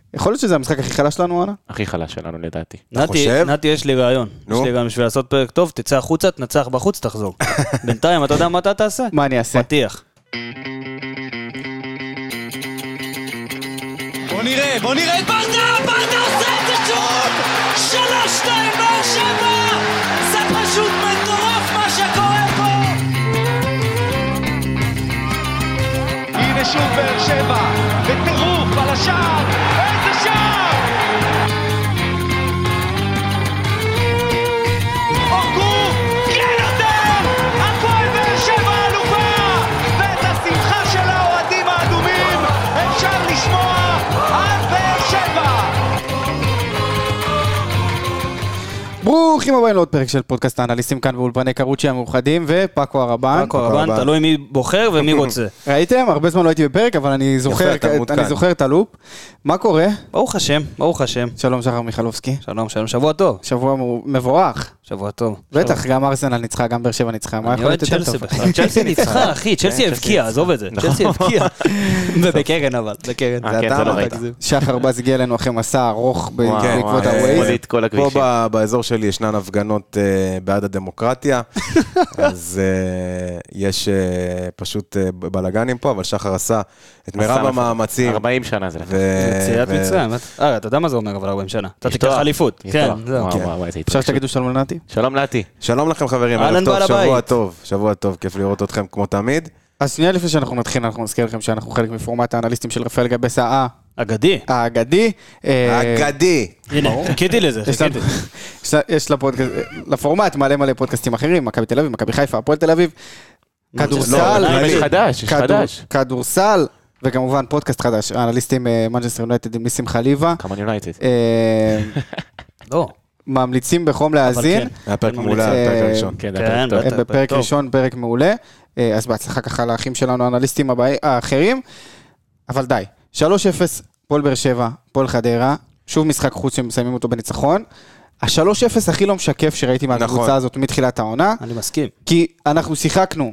יכול להיות שזה המשחק הכי חלש שלנו, אנה? הכי חלש שלנו לדעתי. נתי, יש לי רעיון. יש לי גם בשביל לעשות פרק טוב, תצא החוצה, תנצח בחוץ, תחזור. בינתיים, אתה יודע מה אתה תעשה? מה אני אעשה? פתיח. בוא נראה את ברדה עושה את זה שוב! 3-2 באר שבע! זה פשוט מטורף מה שקורה פה! הנה שוב באר שבע, בטירוף על השער! איזה שער! אורגו, כן יותר! הפועל באר שבע אלופה! ואת השמחה של האוהדים האדומים אפשר לשמוע על באר שבע! ברוכים הבאים לעוד פרק של פודקאסט האנליסטים כאן באולפני קרוצ'י המאוחדים ופאקו הרבן. פאקו הרבן, תלוי מי בוחר ומי רוצה. ראיתם? הרבה זמן לא הייתי בפרק, אבל אני זוכר את הלופ. מה קורה? ברוך השם, ברוך השם. שלום שחר מיכלובסקי. שלום, שבוע טוב. שבוע מבורך. שבוע טוב. בטח, גם ארסנל ניצחה, גם באר שבע ניצחה. אני אוהד צ'לסי בכלל. צ'לסי ניצחה, אחי, צ'לסי הבקיע, עזוב את זה. צ'לסי הבקיע. ובקרן אבל, בקרן. זה לא ראית. שחר בז הגיע אלינו אחרי מסע ארוך בעקבות הווייז. פה באזור שלי ישנן הפגנות בעד הדמוקרטיה, אז יש פשוט בלגנים פה, אבל שחר עשה את מירב המאמצים. 40 שנה זה. יציאת מצרים. אתה יודע מה זה אומר אבל 40 שנה? אתה תיקח אליפות. כן, זהו. אפשר שתגידו שלום לנתי? שלום נתי. שלום לכם חברים, ערב טוב, שבוע טוב, כיף לראות אתכם כמו תמיד. אז שנייה לפני שאנחנו נתחיל, אנחנו נזכיר לכם שאנחנו חלק מפורמט האנליסטים של רפאל גבסה אגדי. האגדי. הנה, חיכיתי לזה, חיכיתי. יש לפורמט מלא פודקאסטים אחרים, מכבי תל אביב, מכבי חיפה, הפועל תל אביב, כדורסל, וכמובן פודקאסט חדש, האנליסטים מנצ'סטר יונייטד עם ניסים חליבה. כמובן יונייטד. לא. ממליצים בחום להאזין. היה פרק מעולה, פרק ראשון. בפרק ראשון, פרק מעולה. אז בהצלחה ככה לאחים שלנו, האנליסטים האחרים. אבל די. 3-0, פועל באר שבע, פועל חדרה. שוב משחק חוץ שמסיימים אותו בניצחון. ה-3-0 הכי לא משקף שראיתי מהקבוצה הזאת מתחילת העונה. אני מסכים. כי אנחנו שיחקנו,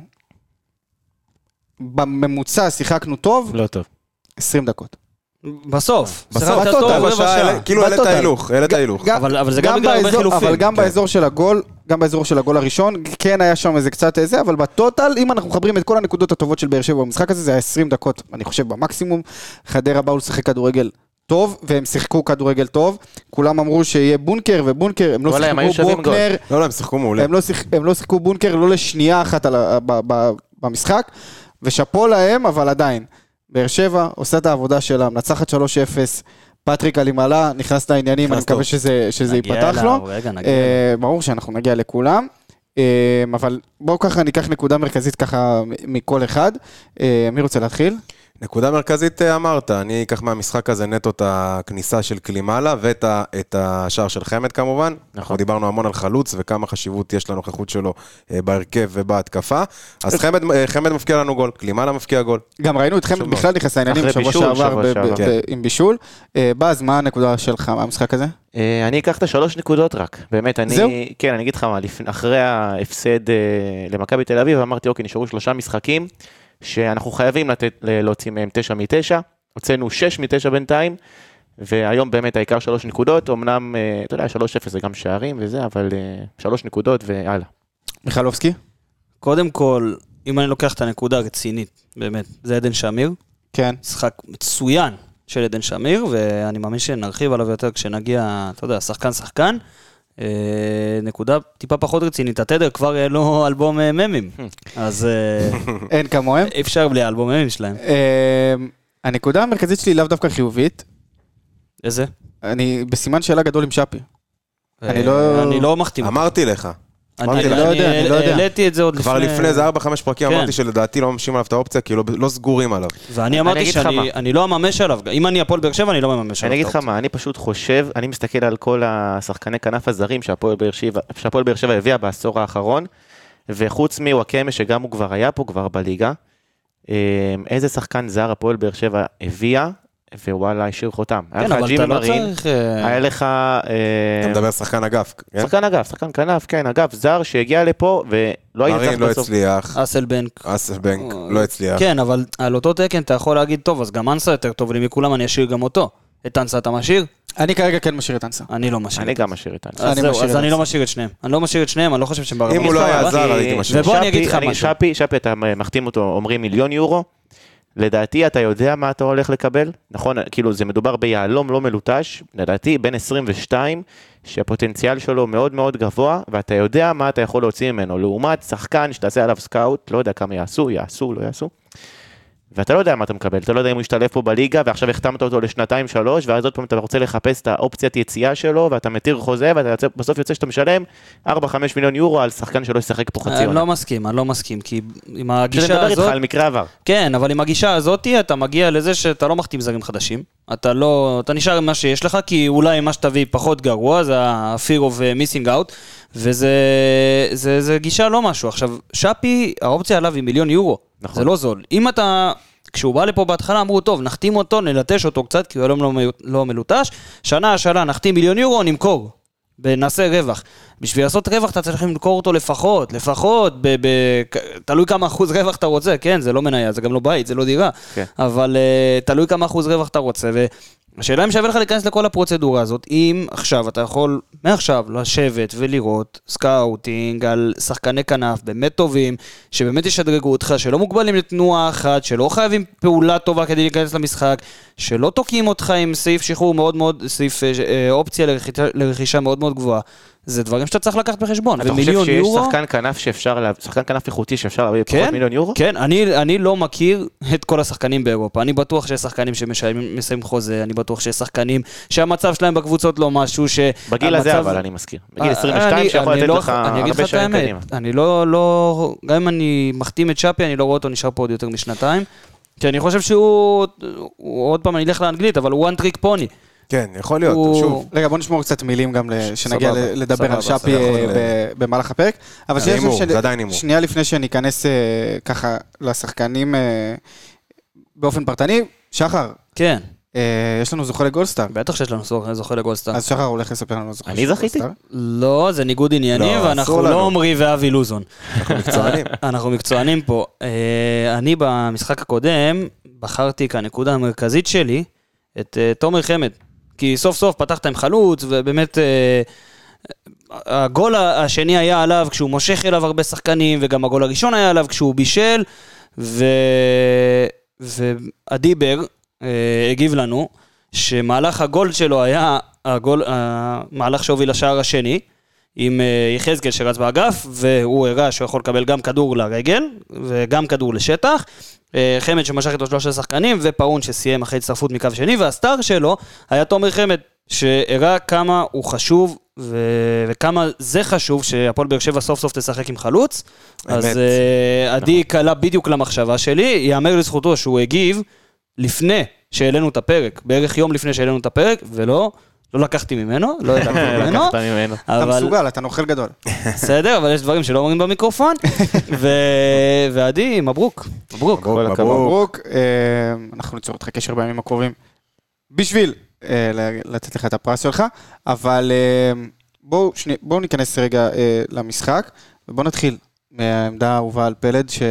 בממוצע שיחקנו טוב. לא טוב. 20 דקות. בסוף. כאילו העלית ההילוך. אבל זה גם בגלל הרבה חילופים. אבל גם באזור של הגול הראשון, כן היה שם איזה קצת איזה, אבל בטוטל, אם אנחנו מחברים את כל הנקודות הטובות של באר שבע במשחק הזה, זה היה 20 דקות, אני חושב, במקסימום. חדרה באו לשחק כדורגל טוב, והם שיחקו כדורגל טוב. כולם אמרו שיהיה בונקר ובונקר, הם לא שיחקו בוקנר. לא, הם שיחקו מעולה. הם לא שיחקו בונקר, לא לשנייה אחת במשחק, ושפו להם, אבל עדיין. באר שבע עושה את העבודה שלה, מנצחת 3-0, פטריק אלימלה נכנס לעניינים, אני מקווה שזה ייפתח לו. ברור שאנחנו נגיע לכולם, אבל בואו ככה ניקח נקודה מרכזית ככה מכל אחד. מי רוצה להתחיל? נקודה מרכזית אמרת, אני אקח מהמשחק הזה נטו את הכניסה של קלימאלה ואת השער של חמד כמובן. אנחנו דיברנו המון על חלוץ וכמה חשיבות יש לנוכחות שלו בהרכב ובהתקפה. אז חמד מפקיע לנו גול, קלימאלה מפקיע גול. גם ראינו את חמד בכלל נכנס לעניינים בשבוע שעבר עם בישול. באז, מה הנקודה שלך מהמשחק הזה? אני אקח את 3 נקודות רק, באמת, כן, אני אגיד לך מה, אחרי ההפסד למכבי תל אביב, אמרתי, אוקיי, נשארו 3 משחקים, שאנחנו חייבים להוציא מהם 9 מ-9, הוצאנו 6 מ-9 בינתיים, והיום באמת העיקר 3 נקודות, אמנם, אתה יודע, 3-0 זה גם שערים וזה, אבל 3 נקודות ויאללה. מיכלובסקי? קודם כל, אם אני לוקח את הנקודה הרצינית, באמת, זה עדן שמיר. כן. משחק מצוין של עדן שמיר, ואני מאמין שנרחיב עליו יותר כשנגיע, אתה יודע, שחקן. נקודה טיפה פחות רצינית, התדר כבר יהיה לו אלבום ממים, אז אין כמוהם, אפשר בלי אלבום ממים שלהם. הנקודה המרכזית שלי לאו דווקא חיובית. איזה? אני בסימן שאלה גדול עם שפי. אני לא מחתים. אמרתי לך. אני לא יודע. העליתי את זה עוד כבר לפני זה 4-5 פרקים אמרתי שלדעתי לא ממשים עליו את האופציה, כי לא סגורים עליו. ואני אמרתי שאני לא אממש עליו. אם אני הפועל באר שבע, אני לא ממש עליו. אני אגיד לך מה, אני פשוט חושב, אני מסתכל על כל השחקני כנף הזרים שהפועל באר שבע הביאה בעשור האחרון, וחוץ מוואקמה שגם הוא כבר היה פה, כבר בליגה, איזה שחקן זר הפועל באר שבע הביאה, ווואלה, השאיר חותם. כן, אבל אתה לא צריך... היה לך... אתה מדבר שחקן אגף, כן? שחקן אגף, שחקן כנף, כן, אגף, זר שהגיע לפה, ולא היה צריך בסוף. מרין לא הצליח. אסלבנק לא הצליח. כן, אבל על אותו תקן אתה יכול להגיד, טוב, אז גם אנסה יותר טוב, לי מכולם אני אשאיר גם אותו. את אנסה אתה משאיר? אני כרגע כן משאיר את אנסה. אני לא משאיר. אני גם משאיר את אנסה. אז אני לא משאיר את שניהם. אני לא משאיר את שניהם, אני לא חושב שהם ברמה. אם הוא לא היה זר, הייתי משאיר. ובוא אני אגיד לך משהו. שפי, אתה מחתים אותו, אומרים 1,000,000 יורו, לדעתי אתה יודע מה אתה הולך לקבל, נכון? כאילו זה מדובר ביהלום לא מלוטש, לדעתי בין 22, שהפוטנציאל שלו מאוד מאוד גבוה, ואתה יודע מה אתה יכול להוציא ממנו, לעומת שחקן שתעשה עליו סקאוט, לא יודע כמה יעשו, לא יעשו, ואתה לא יודע מה אתה מקבל, אתה לא יודע אם הוא ישתלב פה בליגה, ועכשיו החתמת אותו לשנתיים, 3, ואז עוד פעם אתה רוצה לחפש את האופציית יציאה שלו, ואתה מתיר חוזה, ואתה בסוף יוצא שאתה משלם 4-5 מיליון יורו על שחקן שלא ישחק פה חצי עונה. אני לא מסכים, כי עם הגישה הזאת... אני מדבר איתך על מקרה עבר. כן, אבל עם הגישה הזאת, אתה מגיע לזה שאתה לא מחתים זרים חדשים, אתה נשאר עם מה שיש לך, כי אולי מה שתביא פחות גרוע, זה ה-fear of missing out, וזה גישה לא משהו. עכשיו, שפי, האופציה עליו היא 1,000,000 יורו. זה לא זול. אם אתה, כשהוא בא לפה בהתחלה, אמרו, טוב, נחתים אותו, נלטש אותו קצת, כי הוא היום לא מלוטש, שנה, נחתים 1,000,000 יורו, נמכור, ונעשה רווח. בשביל לעשות רווח, אתה צריך למכור אותו לפחות, תלוי כמה אחוז רווח אתה רוצה, כן, זה לא מניה, זה גם לא בית, זה לא דירה, אבל תלוי כמה אחוז רווח אתה רוצה, השאלה אם שווה לך להיכנס לכל הפרוצדורה הזאת, אם עכשיו אתה יכול מעכשיו לשבת ולראות סקאוטינג על שחקני כנף באמת טובים, שבאמת ישדרגו אותך, שלא מוגבלים לתנועה אחת, שלא חייבים פעולה טובה כדי להיכנס למשחק, שלא תוקעים אותך עם סעיף שחרור מאוד מאוד, סעיף אופציה לרכישה מאוד מאוד גבוהה. זה דברים שאתה צריך לקחת בחשבון. אתה חושב שיש שחקן כנף איכותי שאפשר להביא פחות 1,000,000 יורו? כן, אני לא מכיר את כל השחקנים באירופה. אני בטוח שיש שחקנים שמסיים חוזה, אני בטוח שיש שחקנים שהמצב שלהם בקבוצות לא משהו בגיל הזה אבל אני מזכיר. בגיל 22 שיכול לתת לך הרבה שנים קדימה. אני לא, גם אם אני מחתים את שפי, אני לא רואה אותו נשאר פה עוד יותר משנתיים. כי אני חושב שהוא, עוד פעם אני אלך לאנגלית, אבל הוא one trick pony. כן, יכול להיות, שוב. רגע, בוא נשמור קצת מילים גם שנגיע לדבר על שפי במהלך הפרק. אבל שנייה לפני שניכנס ככה לשחקנים באופן פרטני, שחר. כן. יש לנו זוכה לגולדסטאר. בטח שיש לנו זוכה לגולדסטאר. אז שחר הולך לספר לנו זוכה לגולדסטאר. אני זכיתי? לא, זה ניגוד עניינים, ואנחנו לא אומרי ואבי לוזון. אנחנו מקצוענים. אנחנו מקצוענים פה. אני במשחק הקודם בחרתי כנקודה המרכזית שלי את תומר חמד. כי סוף סוף פתחת עם חלוץ, ובאמת הגול השני היה עליו כשהוא מושך אליו הרבה שחקנים, וגם הגול הראשון היה עליו כשהוא בישל, והדיבר הגיב לנו, שמהלך הגול שלו היה המהלך שהוביל לשער השני, עם יחזקאל שרץ באגף, והוא הראה שהוא יכול לקבל גם כדור לרגל, וגם כדור לשטח, חמד שמשך איתו 3 שחקנים, ופאון שסיים אחרי הצטרפות מקו שני, והסטאר שלו היה תומר חמד, שהראה כמה הוא חשוב, וכמה זה חשוב, שהפועל באר שבע סוף סוף תשחק עם חלוץ, אז עדי קלה בדיוק למחשבה שלי, יאמר לזכותו שהוא הגיב, לפני שהעלינו את הפרק, בערך יום לפני שהעלינו את הפרק, ולא לקחתי ממנו, לא ידעתי ממנו. אתה מסוגל, אתה נוכל גדול. בסדר, אבל יש דברים שלא אומרים במיקרופון, ועדי, מברוק. מברוק. אנחנו ניצור אותך קשר בימים הקרובים, בשביל לתת לך את הפרס שלך, אבל בואו ניכנס רגע למשחק, ובואו נתחיל מהעמדה האהובה על פלד, שהיא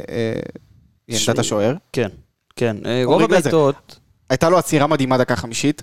עמדת השוער. כן, כן. רוב הבעיטות... הייתה לו עצירה מדהימה דקה 50,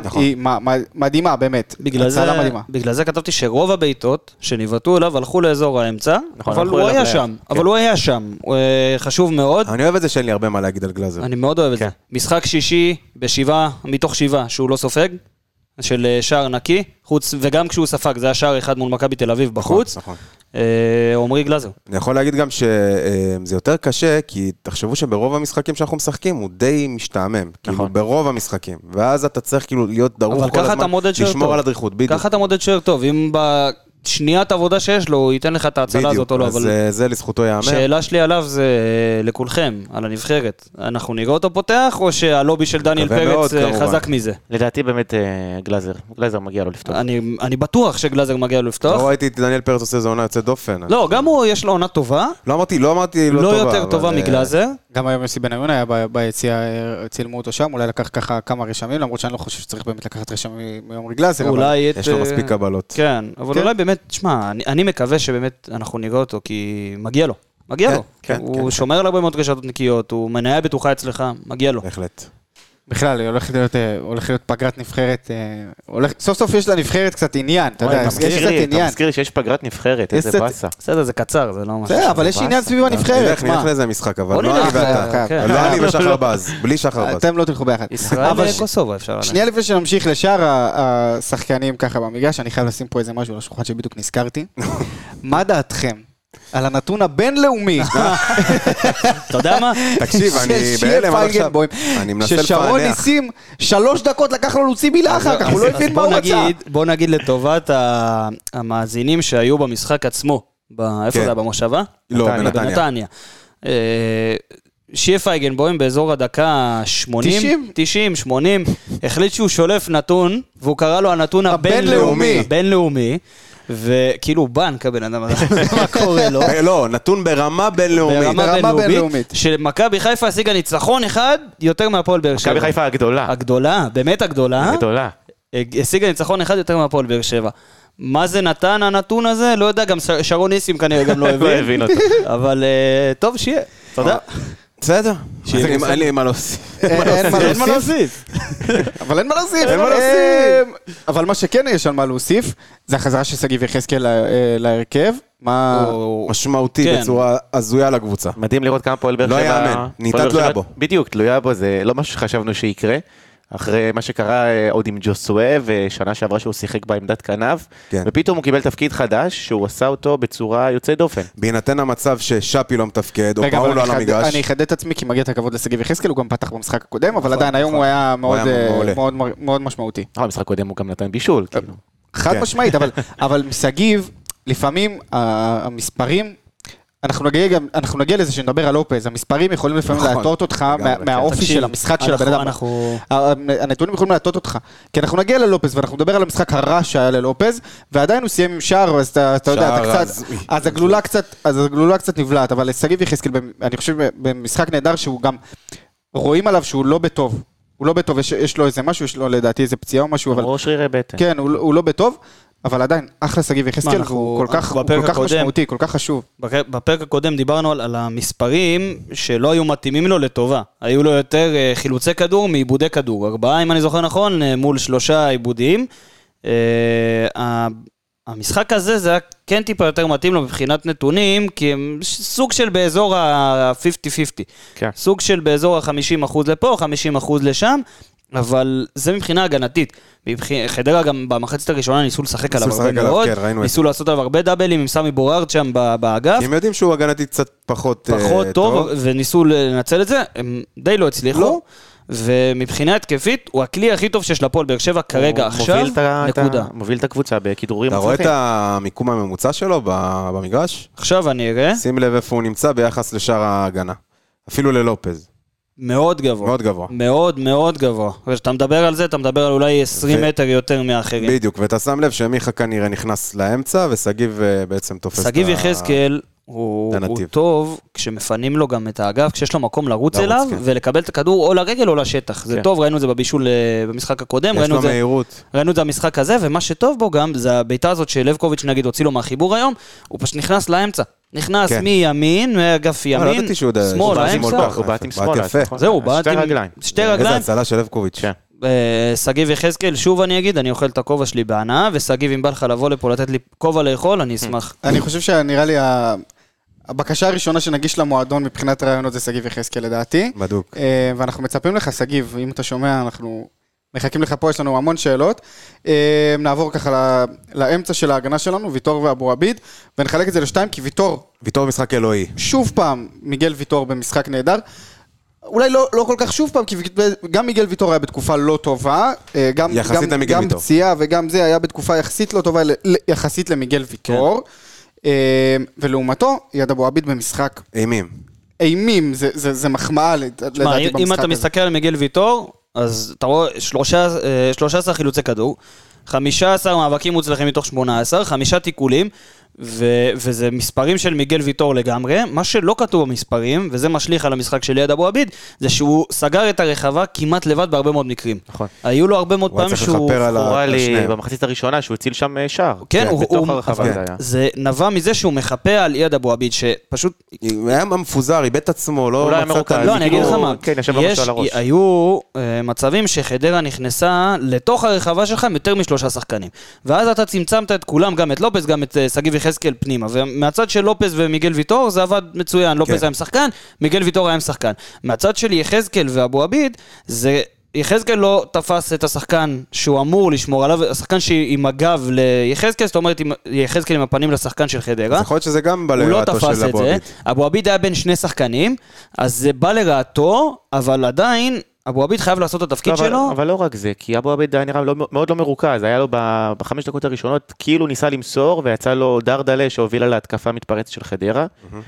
מדהימה באמת, הצלה מדהימה. בגלל זה כתבתי שרוב הבעיטות שניבטו אליו הלכו לאזור האמצע, אבל הוא היה שם, חשוב מאוד. אני אוהב את זה שאין לי הרבה מה להגיד על גלאזר. אני מאוד אוהב את זה. משחק שישי מתוך 7 שהוא לא סופג, של שער נקי, וגם כשהוא ספג, זה השער אחד מול מכבי תל אביב בחוץ. עומרי גלאזר. אני יכול להגיד גם שזה יותר קשה, כי תחשבו שברוב המשחקים שאנחנו משחקים, הוא די משתעמם. כאילו ברוב המשחקים. ואז אתה צריך כאילו להיות דרוך כל הזמן, לשמור על הדריכות. ככה אתה מודד שוער טוב. אם שניית עבודה שיש לו, הוא ייתן לך את ההצלה הזאת או לא. בדיוק, אז זה לזכותו יאמר. שאלה שלי עליו זה לכולכם, על הנבחרת. אנחנו נראה אותו פותח, או שהלובי של דניאל פרץ חזק מזה? לדעתי באמת גלאזר מגיע לו לפתוח. אני בטוח שגלאזר מגיע לו לפתוח. לא ראיתי את דניאל פרץ עושה איזו עונה יוצאת דופן. לא, גם הוא יש לו עונה טובה. לא אמרתי לא טובה. לא יותר טובה מגלאזר. גם היום יוסי בניון היה ביציאה, צילמו אותו שם, אולי לקח ככה כמה רשמים, למרות שאני לא חושב שצריך באמת לקחת רשמים מעומרי גלאזר, אבל יש לו מספיק קבלות. כן, אבל אולי באמת, תשמע, אני מקווה שבאמת אנחנו נראה אותו, כי מגיע לו. הוא שומר על הרבה מאוד רשתות נקיות, הוא מניה בטוחה אצלך, מגיע לו. בהחלט. בכלל, הולך להיות פגרת נבחרת, סוף סוף יש לנבחרת קצת עניין, אתה יודע, יש קצת עניין. אתה מזכיר לי שיש פגרת נבחרת, איזה באסה. בסדר, זה קצר, זה לא משהו. אבל יש עניין סביב הנבחרת, נלך לאיזה משחק, אבל לא נלך, אני ואתה. כן. לא אני ושחר בז, בלי שחר בז. אתם לא תלכו ביחד. ישראל וקוסובה אפשר ללכת. שנייה לפני שנמשיך לשאר השחקנים ככה במגרש, אני חייב לשים פה איזה משהו לשולחן שבדיוק נזכרתי. מה דעתכם על הנתון הבינלאומי? אתה יודע מה? תקשיב, אני בהלם עד עכשיו. אני מנסה לפענח. ששרון ניסים 3 דקות לקח לו להוציא מילה אחר כך, הוא לא הבין מה הוא רצה. בוא נגיד לטובת המאזינים שהיו במשחק עצמו, איפה זה היה במושבה? לא, בנתניה. שיה פייגנבוים באזור הדקה 90, החליט שהוא שולף נתון, והוא קרא לו הנתון הבינלאומי, וכאילו בנק הבן אדם הזה, מה קורה לו? לא, נתון ברמה בינלאומית. שמכבי חיפה השיגה ניצחון אחד יותר מהפועל באר שבע. מכבי חיפה הגדולה. באמת הגדולה. השיגה ניצחון אחד יותר מהפועל באר שבע. מה זה נתן הנתון הזה? לא יודע, גם שרון ניסים כנראה גם לא הבין אותו. אבל טוב שיהיה, תודה. בסדר, אין לי מה להוסיף. אין מה להוסיף. אבל אין מה להוסיף. אבל מה שכן יש על מה להוסיף, זה החזרה של שגיב יחזקאל להרכב. משמעותי בצורה הזויה לקבוצה. מדהים לראות כמה פועל באר שבע. לא יאמן, ניתן תלויה בו. בדיוק, תלויה בו, זה לא משהו שחשבנו שיקרה. אחרי מה שקרה עוד עם ג'וסווה, ושנה שעברה שהוא שיחק בעמדת כנף, ופתאום הוא קיבל תפקיד חדש, שהוא עשה אותו בצורה יוצא דופן. בהינתן המצב ששאפי לא מתפקד, או פאול לא על המגרש. אני אחדד את עצמי, כי מגיע את הכבוד לשגיב יחזקאל, הוא גם פתח במשחק הקודם, אבל עדיין היום הוא היה מאוד משמעותי. במשחק הקודם הוא גם נתן בישול. חד משמעית, אבל שגיב, לפעמים המספרים, אנחנו נגיע לזה שנדבר על לופז, המספרים יכולים לפעמים להטות אותך מהאופי של המשחק של הבן אדם. הנתונים יכולים להטות אותך, כי אנחנו נגיע ללופז ואנחנו נדבר על המשחק הרע שהיה ללופז, ועדיין הוא סיים עם שער, אז אתה יודע, אז הגלולה קצת נבלעת, אבל שגיב יחזקאל, אני חושב במשחק נהדר שהוא גם, רואים עליו שהוא לא בטוב, הוא לא בטוב, יש לו איזה משהו, יש לו לדעתי איזה פציעה או משהו, אבל... ראש שרירי בטן. כן, הוא לא בטוב. אבל עדיין, אחלה שגיב יחזקאל, הוא כל כך משמעותי, כל כך חשוב. בפרק הקודם דיברנו על המספרים שלא היו מתאימים לו לטובה. היו לו יותר חילוצי כדור מעיבודי כדור. 4, אם אני זוכר נכון, מול 3 עיבודיים. המשחק הזה זה היה כן טיפה יותר מתאים לו מבחינת נתונים, כי הם סוג של באזור ה-50-50. סוג של באזור ה-50% לפה, 50% לשם. אבל זה מבחינה הגנתית. חדרה גם במחצית הראשונה ניסו לשחק עליו הרבה מאוד, ניסו לעשות עליו הרבה דאבלים עם סמי בורארד שם באגף. כי הם יודעים שהוא הגנתית קצת פחות טוב, וניסו לנצל את זה, הם די לא הצליחו, ומבחינה התקפית הוא הכלי הכי טוב שיש לפועל באר שבע כרגע עכשיו, נקודה. מוביל את הקבוצה בכידורים מוצלחים. אתה רואה את המיקום הממוצע שלו במגרש? עכשיו אני אראה. שים לב איפה הוא נמצא ביחס לשאר ההגנה. אפילו ללופז. מאוד גבוה. מאוד גבוה. מאוד גבוה. כשאתה מדבר על זה, אתה מדבר על אולי 20 מטר יותר מאחרים. בדיוק, ואתה שם לב שמיכה כנראה נכנס לאמצע, וסגיב בעצם תופס את שגיב יחזקאל הוא טוב כשמפנים לו גם את האגף, כשיש לו מקום לרוץ אליו, ולקבל את הכדור או לרגל או לשטח. זה טוב, ראינו את זה בבישול במשחק הקודם, ראינו את זה במשחק הזה, ומה שטוב בו גם, זה הביתה הזאת שלבקוביץ' נגיד הוציא לו מהחיבור היום, הוא פשוט נכנס לאמצע. נכנס מימין, מאגף ימין, שמאל, האמצע. הוא בעט עם שמאל. זהו, הוא בעט עם שתי רגליים. איזה הצלה של לבקוביץ'. שגיב יחזקאל, שוב אני אגיד, אני אוכל את הכובע שלי בהנאה, ושגיב אם בא לך לבוא לפה לתת לי כובע לאכול, אני אשמח. אני חושב שנראה לי הבקשה הראשונה שנגיש למועדון מבחינת רעיונות זה שגיב יחזקאל לדעתי. בדוק. ואנחנו מצפים לך שגיב, אם אתה שומע, אנחנו מחכים לך פה, יש לנו המון שאלות. נעבור ככה לאמצע של ההגנה שלנו, ויטור ואבו עביד, ונחלק את זה לשתיים, כי ויטור משחק אלוהי. שוב פעם, מיגל ויטור במשחק נהדר. אולי לא כל כך שוב פעם, כי גם מיגל ויטור היה בתקופה לא טובה, גם פציעה וגם זה היה בתקופה יחסית לא טובה, יחסית למיגל ויטור, ולעומתו, יד אבו עביד במשחק. אימים, זה מחמאה לדעתי במשחק הזה. אם אתה מסתכל על מיגל ויטור, אז אתה רואה 13 חילוצי כדור, 15 מאבקים מוצלחים מתוך 18, 5 תיקולים, וזה מספרים של מיגל ויטור לגמרי. מה שלא כתוב במספרים, וזה משליך על המשחק של ליד אבו עביד, זה שהוא סגר את הרחבה כמעט לבד בהרבה מאוד מקרים. נכון. היו לו הרבה מאוד פעמים שהוא... חורה לי במחצית הראשונה שהוא הציל שם שער. כן, בתוך הרחבה זה היה. זה נבע מזה שהוא מחפה על ליד אבו עביד, שפשוט... היה מפוזר, איבד את עצמו, לא מצא את לא, אני אגיד לך מה. כן, ישב לו משהו על הראש. היו מצבים שחדרה נכנסה לתוך הרחבה שלך יותר משלושה שחקנים. ואז אתה צמצמת את כולם, גם את לופס, גם את סגיב יחזקאל פנימה. ומהצד של לופס ומיגל ויטור זה עבד מצוין. לופס היה עם שחקן, מיגל ויטור היה עם שחקן. מהצד של יחזקאל ואבו עביד, זה... יחזקאל לא תפס את השחקן שהוא אמור לשמור עליו, השחקן שעם הגב ליחזקאל, זאת אומרת, יחזקאל עם הפנים לשחקן של חדרה. אז יכול להיות שזה גם בא הוא לא לרעתו תפס של את אבו זה. עביד. אבו עביד היה בין שני שחקנים, אז זה בא לרעתו, אבל עדיין אבו עביד חייב לעשות את התפקיד שלו. אבל לא רק זה, כי אבו עביד היה נראה מאוד לא מרוכז, היה לו בחמש דקות הראשונות, כאילו ניסה למסור, ויצא לו דרדלה שהובילה להתקפה מתפרצת של חדרה,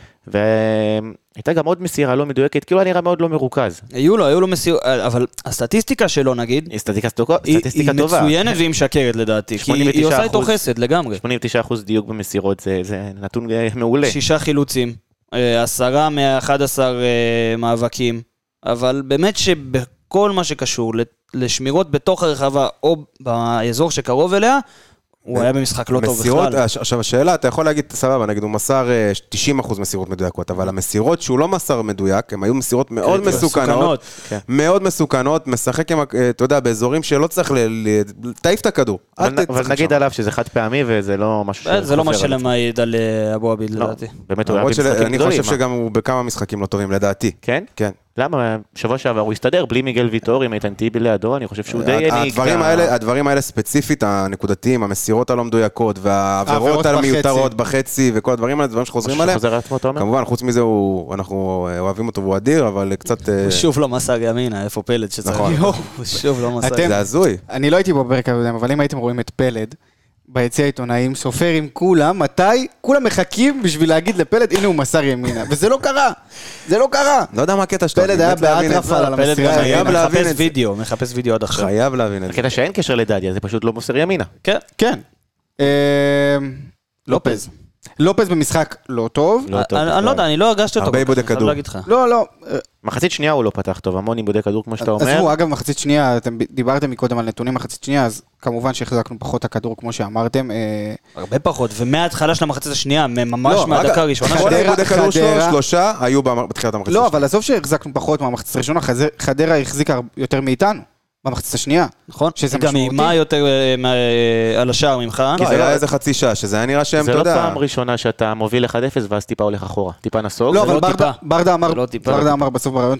והייתה גם עוד מסירה לא מדויקת, כאילו היה נראה מאוד לא מרוכז. היו לו מסירות, אבל הסטטיסטיקה שלו נגיד, היא סטטיסטיקה היא טובה. מצוינת והיא משקרת לדעתי, כי היא עושה איתו חסד לגמרי. 89% דיוק במסירות, זה נתון מעולה. 6 חילוצים, 10 מ-11 מאבקים, אבל באמת שבכל מה שקשור לשמירות בתוך הרחבה או באזור שקרוב אליה, הוא היה במשחק לא טוב בכלל. עכשיו השאלה, אתה יכול להגיד, סבבה, נגיד הוא מסר 90% מסירות מדויקות, אבל המסירות שהוא לא מסר מדויק, הם היו מסירות מאוד מסוכנות, מאוד מסוכנות, משחק עם, אתה יודע, באזורים שלא צריך להעיף את הכדור. אבל נגיד עליו שזה חד פעמי וזה לא משהו זה לא מה שלמעיד על אבו עביד לדעתי. באמת הוא היה במשחקים גדולים. אני חושב שגם הוא בכמה משחקים לא טובים, לדעתי. כן? כן. למה? שבוע שעבר הוא הסתדר, בלי מיגל ויטור, עם איתן טיבי לידו, אני חושב שהוא די העניק. הדברים האלה ספציפית, הנקודתיים, המסירות הלא מדויקות, והעבירות המיותרות בחצי, וכל הדברים האלה, דברים שחוזרים עליהם. כמובן, חוץ מזה, אנחנו אוהבים אותו והוא אדיר, אבל קצת... הוא שוב לא מסר ימינה, איפה פלד שצריך? הוא שוב לא מסר. זה הזוי. אני לא הייתי בפרק הקודם, אבל אם הייתם רואים את פלד, ביציע העיתונאים, סופר עם כולם, מתי? כולם מחכים בשביל להגיד לפלד, הנה הוא מסר ימינה, וזה לא קרה, זה לא קרה. לא יודע מה הקטע שלו. פלד היה באטרף על המסירה. חייב להבין את זה. מחפש וידאו עד עכשיו. חייב להבין את זה. הקטע שאין קשר לדדיה, זה פשוט לא מוסר ימינה. כן. כן. לופז. לופז במשחק לא טוב. אני לא יודע, אני לא הרגשתי אותו. הרבה איבודי כדור. לא. מחצית שנייה הוא לא פתח טוב, המון איבודי כדור כמו שאתה אומר. עזבו, אגב, מחצית שנייה, אתם דיברתם מקודם על נתונים מחצית שנייה, אז כמובן שהחזקנו פחות הכדור כמו שאמרתם. הרבה פחות, ומההתחלה של המחצית השנייה, ממש מהדקה הראשונה. כל האיבודי כדור שלו, 3 היו בתחילת המחצית. לא, אבל עזוב שהחזקנו פחות מהמחצית הראשונה, חדרה החזיקה יותר מאיתנו. במחצית השנייה. נכון. שזה גם אימה יותר על השער ממך. כי זה היה איזה חצי שעה, שזה היה נראה שהם, אתה יודע. זה לא פעם ראשונה שאתה מוביל 1-0 ואז טיפה הולך אחורה. טיפה נסוג. לא, אבל ברדה אמר בסוף ברעיון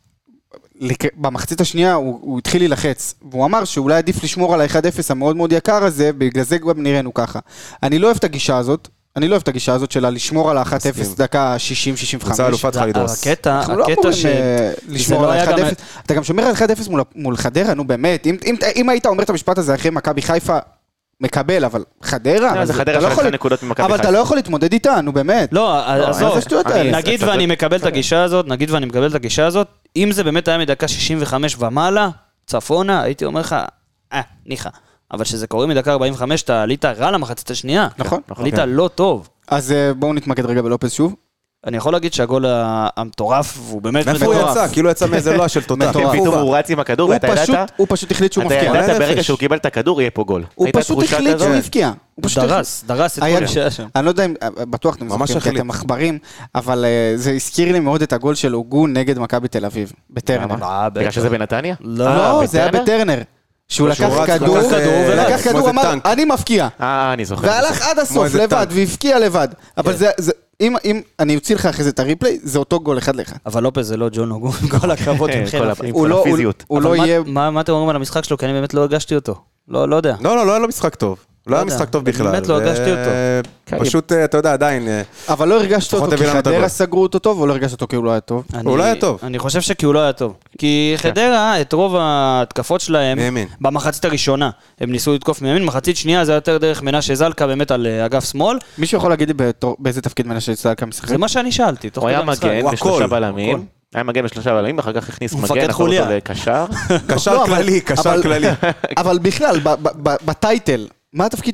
שבמחצית השנייה הוא התחיל להילחץ, והוא אמר שאולי עדיף לשמור על ה-1-0 המאוד מאוד יקר הזה, בגלל זה גם נראינו ככה. אני לא אוהב את הגישה הזאת, שלה לשמור על ה-1-0 דקה 60-65. קבוצה אלופה צריכה לדרוס. הקטע לשמור על ה-1-0. אתה גם שומר על 1-0 מול חדרה, נו באמת. אם היית אומר את המשפט הזה אחרי מכבי חיפה, מקבל, אבל חדרה, אבל אתה לא יכול להתמודד איתה, נו באמת. לא, עזוב, נגיד ואני מקבל את הגישה הזאת, אם זה באמת היה מדקה 65 ומעלה, צפונה, הייתי אומר לך, ניחה. אבל שזה קורה מדקה 45, אתה עלית רע למחצית השנייה. נכון. עלית לא טוב. אז בואו נתמקד רגע בלופז שוב. אני יכול להגיד שהגול המטורף, הוא באמת מטורף. מאיפה הוא יצא? כאילו יצא מאיזה לא של תודה. פתאום הוא רץ עם הכדור, ואתה ידעת? הוא פשוט החליט שהוא מפקיע. אתה ידעת ברגע שהוא קיבל את הכדור, יהיה פה גול. הוא פשוט החליט שהוא יפקיע. דרס את כל שהיה שם. אני לא יודע אם, בטוח אתם זוכרים, כי אתם מחברים, אבל זה הזכיר לי מאוד את הגול של אוגון נגד מכבי תל אביב, בטרנר. בגלל שזה בנתניה? לא, זה היה בטרנר. שהוא לקח כדור, הוא אמר, אני מפקיע. אני זוכר. והלך עד הסוף לבד, והפקיע לבד. אבל זה, אם אני אוציא לך אחרי זה את הריפלי, זה אותו גול 1-1. אבל לופז זה לא ג'ון אוגון, כל הכבוד. כל הפיזיות. מה אתם אומרים על המשחק שלו? כי אני באמת לא הרגשתי אותו. לא יודע. לא היה לו משחק טוב. לא היה משחק טוב בכלל. באמת לא הרגשתי אותו. פשוט, אתה יודע, עדיין... אבל לא הרגשת אותו כי חדרה סגרו אותו טוב, או לא הרגשת אותו כי הוא לא היה טוב? הוא לא היה טוב. אני חושב שכי הוא לא היה טוב. כי חדרה, את רוב ההתקפות שלהם, במחצית הראשונה, הם ניסו לתקוף מימין, מחצית שנייה זה יותר דרך מנשה זלקה באמת על אגף שמאל. מישהו יכול להגיד לי באיזה תפקיד מנשה זלקה משחק? זה מה שאני שאלתי. הוא היה מגן בשלושה בלמים. היה מגן בשלושה בלמים, אחר כך הכניס מגן, אחר אותו לקשר. קשר כללי. אבל בכלל, בטייטל, מה התפקיד שלו?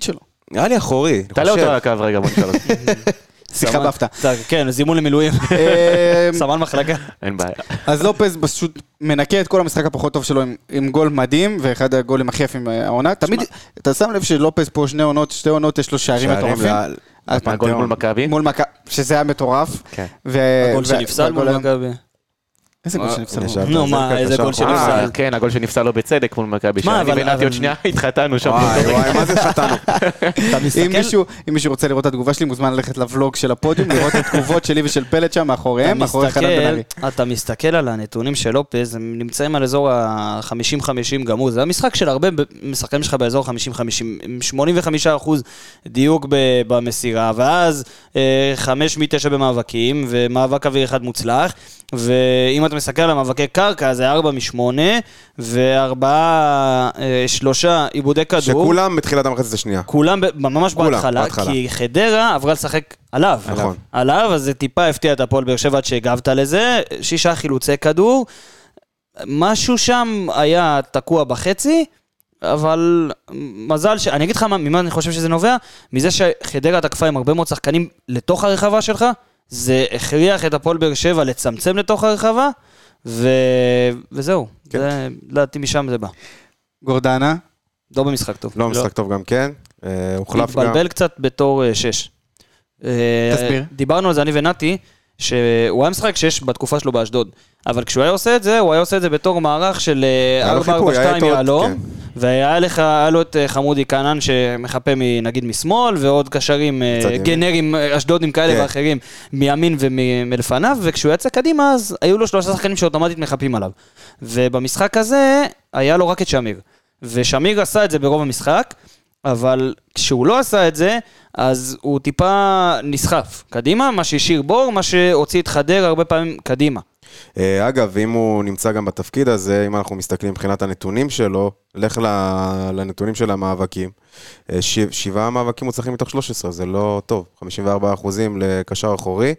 נראה לי אחורי, תעלה אותו על הקו רגע, בוא נשאל אותי. שיחה באפתא. כן, זימון למילואים. סמן מחלקה. אין בעיה. אז לופז פשוט מנקה את כל המשחק הפחות טוב שלו עם גול מדהים, ואחד הגולים הכי יפים העונה. תמיד, אתה שם לב שלופז פה שתי עונות יש לו שערים מטורפים. גול מול מכבי. מול מכבי, שזה היה מטורף. הגול שנפסל מול מכבי. איזה גול שנפסל? נו מה, איזה גול שנפסל. כן, הגול שנפסל לו בצדק מול מכבי. שאני ונתי עוד שנייה התחתנו שם. וואי, מה זה חתנו? אם מישהו רוצה לראות את התגובה שלי, מוזמן ללכת לבלוג של הפודיום, לראות את התגובות שלי ושל פלט שם, מאחוריהם, מאחורי חנן בן ארי. אתה מסתכל על הנתונים של לופז, הם נמצאים על אזור ה-50-50 גם הוא. זה המשחק של הרבה משחקנים שלך באזור 50-50, 85% דיוק במסירה, ואז 5 מ-9 במאבקים, ומאבק אוויר אחד מוצלח, ואם אתה מסתכל על המאבקי קרקע, זה 4 מ-8, ו3 עיבודי כדור. שכולם בתחילת המחצית השנייה. כולם ממש בהתחלה, כי חדרה עברה לשחק עליו. נכון. עליו, אז זה טיפה הפתיע את הפועל באר שבע עד שהגבת לזה, 6 חילוצי כדור, משהו שם היה תקוע בחצי, אבל מזל אני אגיד לך ממה אני חושב שזה נובע, מזה שחדרה תקפה עם הרבה מאוד שחקנים לתוך הרחבה שלך, זה הכריח את הפועל באר שבע לצמצם לתוך הרחבה, וזהו. זה, לדעתי משם זה בא. גורדנה? לא במשחק טוב. לא במשחק טוב גם כן. הוחלף גם. התבלבל קצת בתור 6. תסביר. דיברנו על זה אני ונתי, שהוא היה משחק 6 בתקופה שלו באשדוד, אבל כשהוא היה עושה את זה, הוא היה עושה את זה בתור מערך של 4-4-2 יעלום, והיה לו את חמודי קנן שמחפה נגיד משמאל, ועוד קשרים גנרים אשדודים כאלה ואחרים מימין ומלפניו, וכשהוא יצא קדימה אז היו לו 3 שחקנים שאוטומטית מחפים עליו, ובמשחק הזה היה לו רק את שמיר, ושמיר עשה את זה ברוב המשחק, אבל כשהוא לא עשה את זה, אז הוא טיפה נסחף קדימה, מה שהשאיר בור, מה שהוציא את חדרה הרבה פעמים קדימה. אגב, אם הוא נמצא גם בתפקיד הזה, אם אנחנו מסתכלים מבחינת הנתונים שלו, לך לנתונים של המאבקים. 7 מאבקים מוצלחים מתוך 13, זה לא טוב. 54% לקשר אחורי,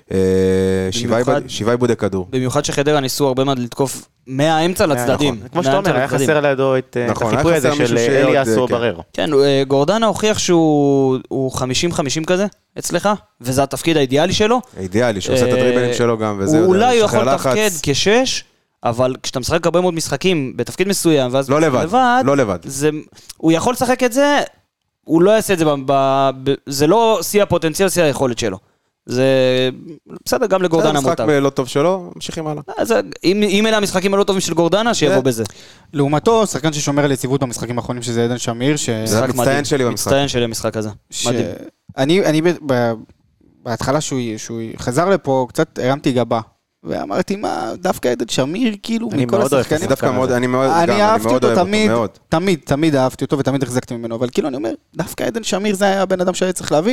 7 עיבודי כדור. במיוחד שחדרה ניסו הרבה מאוד לתקוף מהאמצע לצדדים. כמו שאתה אומר, היה חסר לידו את החיפוי הזה של אליאס או ברר. כן, גורדנה הוכיח שהוא 50-50 כזה אצלך, וזה התפקיד האידיאלי שלו. האידיאלי, שהוא עושה את הדריבלים שלו גם, וזה הוא אולי יכול לתפקד כ6, אבל כשאתה משחק הרבה מאוד משחקים בתפקיד מסוים, ואז לא לבד. הוא יכול לשחק את זה, הוא לא יעשה את זה, זה לא שיא הפוטנציאל, שיא היכולת שלו. זה בסדר, גם לגורדנה מותר. זה משחק לא טוב שלו, ממשיכים הלאה. אם אלה המשחקים הלא טובים של גורדנה, שיבוא בזה. לעומתו, שחקן ששומר על יציבות במשחקים האחרונים, שזה עדן שמיר, זה מצטיין שלי במשחק. מצטיין שלי במשחק הזה. מדהים. אני בהתחלה שהוא חזר לפה, קצת הרמתי גבה. ואמרתי, מה, דווקא עדן שמיר, כאילו, מכל השחקנים. אני אהבתי אותו תמיד אהבתי אותו, ותמיד החזקתי ממנו, אבל כאילו אני אומר, דווקא עדן שמיר זה היה הבן אדם שהיה צריך להביא,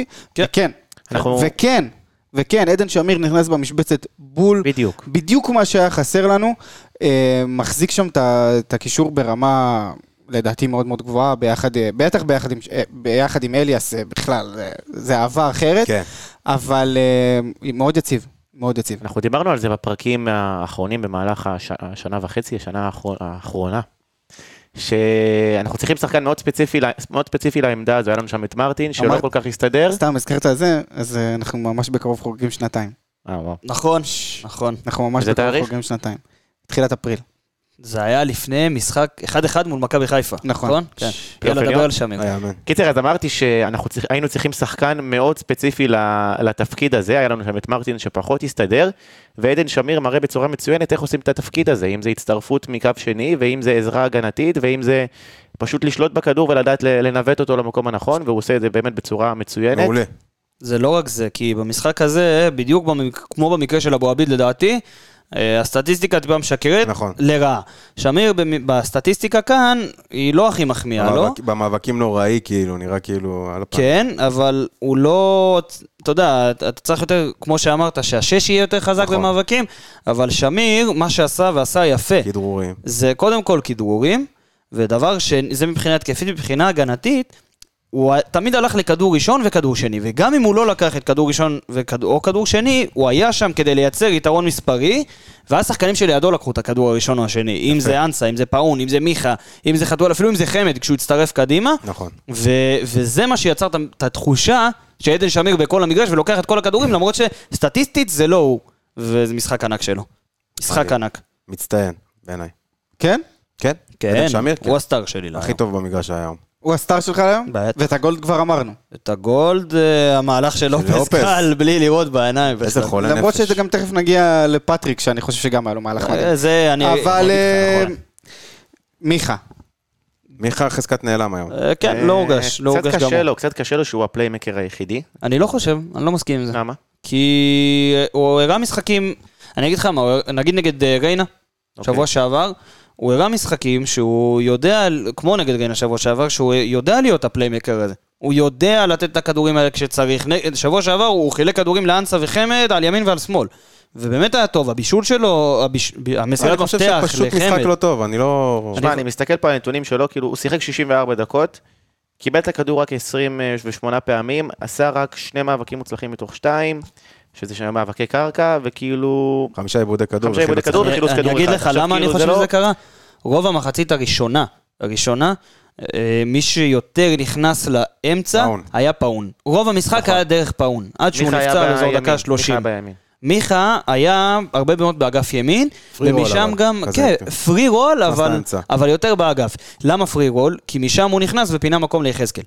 וכן, עדן שמיר נכנס במשבצת בול, בדיוק מה שהיה חסר לנו, מחזיק שם את הקישור ברמה, לדעתי מאוד מאוד גבוהה, בטח ביחד עם אליאס בכלל, זה אהבה אחרת, אבל מאוד יציב. מאוד יציב. אנחנו דיברנו על זה בפרקים האחרונים במהלך השנה וחצי, השנה האחרונה, שאנחנו צריכים שחקן מאוד ספציפי לעמדה, אז היה לנו שם את מרטין, שלא כל כך הסתדר. סתם, הזכרת על זה, אז אנחנו ממש בקרוב חוגגים 2. נכון. אנחנו ממש בקרוב חוגגים 2. תחילת אפריל. זה היה לפני משחק 1-1 מול מכבי חיפה. נכון. כן. יאללה, דבר על שמיר. קיצר, אז אמרתי שהיינו צריכים שחקן מאוד ספציפי לתפקיד הזה, היה לנו שם את מרטין שפחות הסתדר, ועדן שמיר מראה בצורה מצוינת איך עושים את התפקיד הזה, אם זה הצטרפות מקו שני, ואם זה עזרה הגנתית, ואם זה פשוט לשלוט בכדור ולדעת לנווט אותו למקום הנכון, והוא עושה את זה באמת בצורה מצוינת. מעולה. זה לא רק זה, כי במשחק הזה, בדיוק כמו במקרה של אבו עביד לדעתי, הסטטיסטיקה טיפה משקרת לרעה. שמיר בסטטיסטיקה כאן היא לא הכי מחמיאה, לא? במאבקים נוראי כאילו, נראה כאילו על הפעם. כן, אבל הוא לא, אתה יודע, אתה צריך יותר, כמו שאמרת, שהשש יהיה יותר חזק במאבקים, אבל שמיר, מה שעשה ועשה יפה. כדרורים. זה קודם כל כדרורים, ודבר שזה מבחינה התקפית, מבחינה הגנתית, הוא תמיד הלך לכדור ראשון וכדור שני, וגם אם הוא לא לקח את כדור ראשון או כדור שני, הוא היה שם כדי לייצר יתרון מספרי, והשחקנים שלידו לקחו את הכדור הראשון או השני, אם זה אנסה, אם זה פאון, אם זה מיכה, אם זה חתואל, אפילו אם זה חמד, כשהוא הצטרף קדימה, נכון. וזה מה שיצר את התחושה שעדן שמיר בכל המגרש ולוקח את כל הכדורים, למרות שסטטיסטית זה לא הוא, וזה משחק ענק שלו. משחק ענק. מצטיין, בעיניי. כן? כן? כן, שמיר, הוא הסטאר שלי. הכי טוב במגרש היום. הוא הסטאר שלך היום? בטח. ואת הגולד כבר אמרנו. את הגולד, המהלך של לופס קל, בלי לראות בעיניים. איזה חולה נפש. למרות שזה גם תכף נגיע לפטריק, שאני חושב שגם היה לו מהלך מדהים. זה אני... אבל מיכה. מיכה חזקת נעלם היום. כן, לא הורגש. קצת קשה לו שהוא הפליימקר היחידי. אני לא חושב, אני לא מסכים עם זה. למה? כי הוא הראה משחקים, אני אגיד לך מה, נגיד נגד ריינה, שבוע שעבר, הוא הראה משחקים שהוא יודע, כמו נגד ריינה שבוע שעבר, שהוא יודע להיות הפליימקר הזה. הוא יודע לתת את הכדורים האלה כשצריך. שבוע שעבר הוא חילק כדורים לאנסה וחמד על ימין ועל שמאל. ובאמת היה טוב, הבישול שלו, המסירת מפתח לחמד. אני חושב שפשוט משחק לא טוב, אני לא... שמע, אני מסתכל פה על הנתונים שלו, כאילו הוא שיחק 64 דקות, קיבל את הכדור רק 28 פעמים, עשה רק 2 מאבקים מוצלחים מתוך 2, שזה שני מאבקי קרקע, וכאילו... 5 עיבודי כדור. וחילוץ כדור. אני אגיד לך למה אני חושב שזה קרה. רוב המחצית הראשונה, מי שיותר נכנס לאמצע היה פאון. רוב המשחק היה דרך פאון, עד שהוא נפצע באזור דקה 30. מיכה היה הרבה מאוד באגף ימין, ומשם גם, כן, פרי רול, אבל יותר באגף. למה פרי רול? כי משם הוא נכנס ופינה מקום ליחזקאל.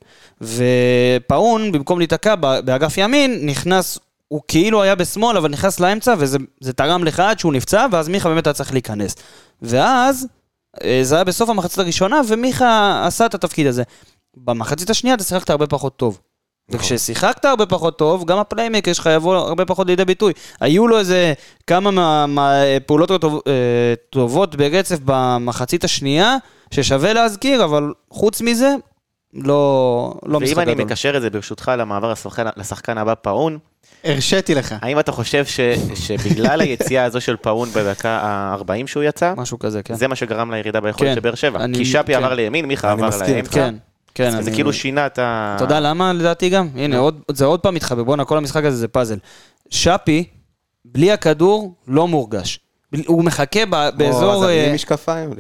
ופאון, במקום להתעקע באגף ימין, נכנס, הוא כאילו היה בשמאל, אבל נכנס לאמצע, וזה תרם לך עד שהוא נפצע, ואז מיכה באמת היה צריך להיכנס. ואז, זה היה בסוף המחצית הראשונה, ומיכה עשה את התפקיד הזה. במחצית השנייה אתה שיחקת הרבה פחות טוב. וכששיחקת הרבה פחות טוב, גם הפליימקר שלך יבוא הרבה פחות לידי ביטוי. היו לו איזה כמה פעולות טובות ברצף במחצית השנייה, ששווה להזכיר, אבל חוץ מזה, לא משחק גדול. ואם אני מקשר את זה ברשותך למעבר לשחקן הבא פאון, הרשיתי לך. האם אתה חושב שבגלל היציאה הזו של פאון בדקה ה-40 שהוא יצא, משהו כזה, כן. זה מה שגרם לירידה ביכולת של באר שבע? כי שפי עבר לימין, מיכה עבר לאמצע. כן, זה כאילו שינה את ה... אתה יודע למה לדעתי גם? הנה, זה עוד פעם מתחבא, בוא'נה, כל המשחק הזה זה פאזל. שפי, בלי הכדור, לא מורגש. הוא מחכה באזור... עם משקפיים.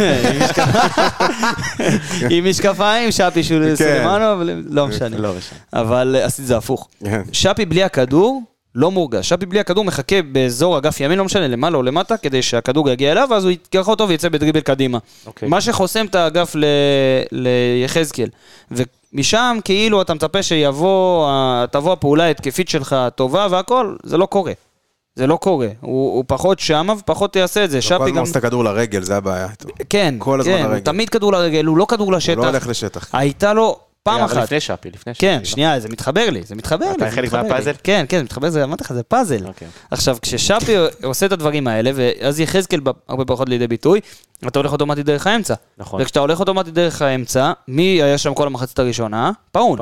עם משקפיים, שפי סולימאנו, אבל לא משנה. אבל עשיתי זה הפוך. שפי בלי הכדור, לא מורגש. שפי בלי הכדור מחכה באזור אגף ימין, לא משנה, למעלה או למטה, כדי שהכדור יגיע אליו, אז הוא יתקרח אותו ויצא בדריבל קדימה. מה שחוסם את האגף ליחזקאל. ומשם כאילו אתה מצפה תבוא הפעולה התקפית שלך טובה והכל, זה לא קורה. זה לא קורה. הוא פחות שם ופחות יעשה את זה. כל הזמן עושה כדור לרגל, זה הבעיה. כן, הוא תמיד כדור לרגל, הוא לא כדור לשטח. הוא לא הולך לשטח. הייתה לו... פעם אחת. לפני שפי. כן, שנייה, זה מתחבר לי. אתה חלק מהפאזל? כן, זה מתחבר, אמרתי לך, זה פאזל. עכשיו, כששפי עושה את הדברים האלה, ואז יחזקאל הרבה פחות לידי ביטוי, אתה הולך אוטומטית דרך האמצע. נכון. וכשאתה הולך אוטומטית דרך האמצע, מי היה שם כל המחצית הראשונה? פאון.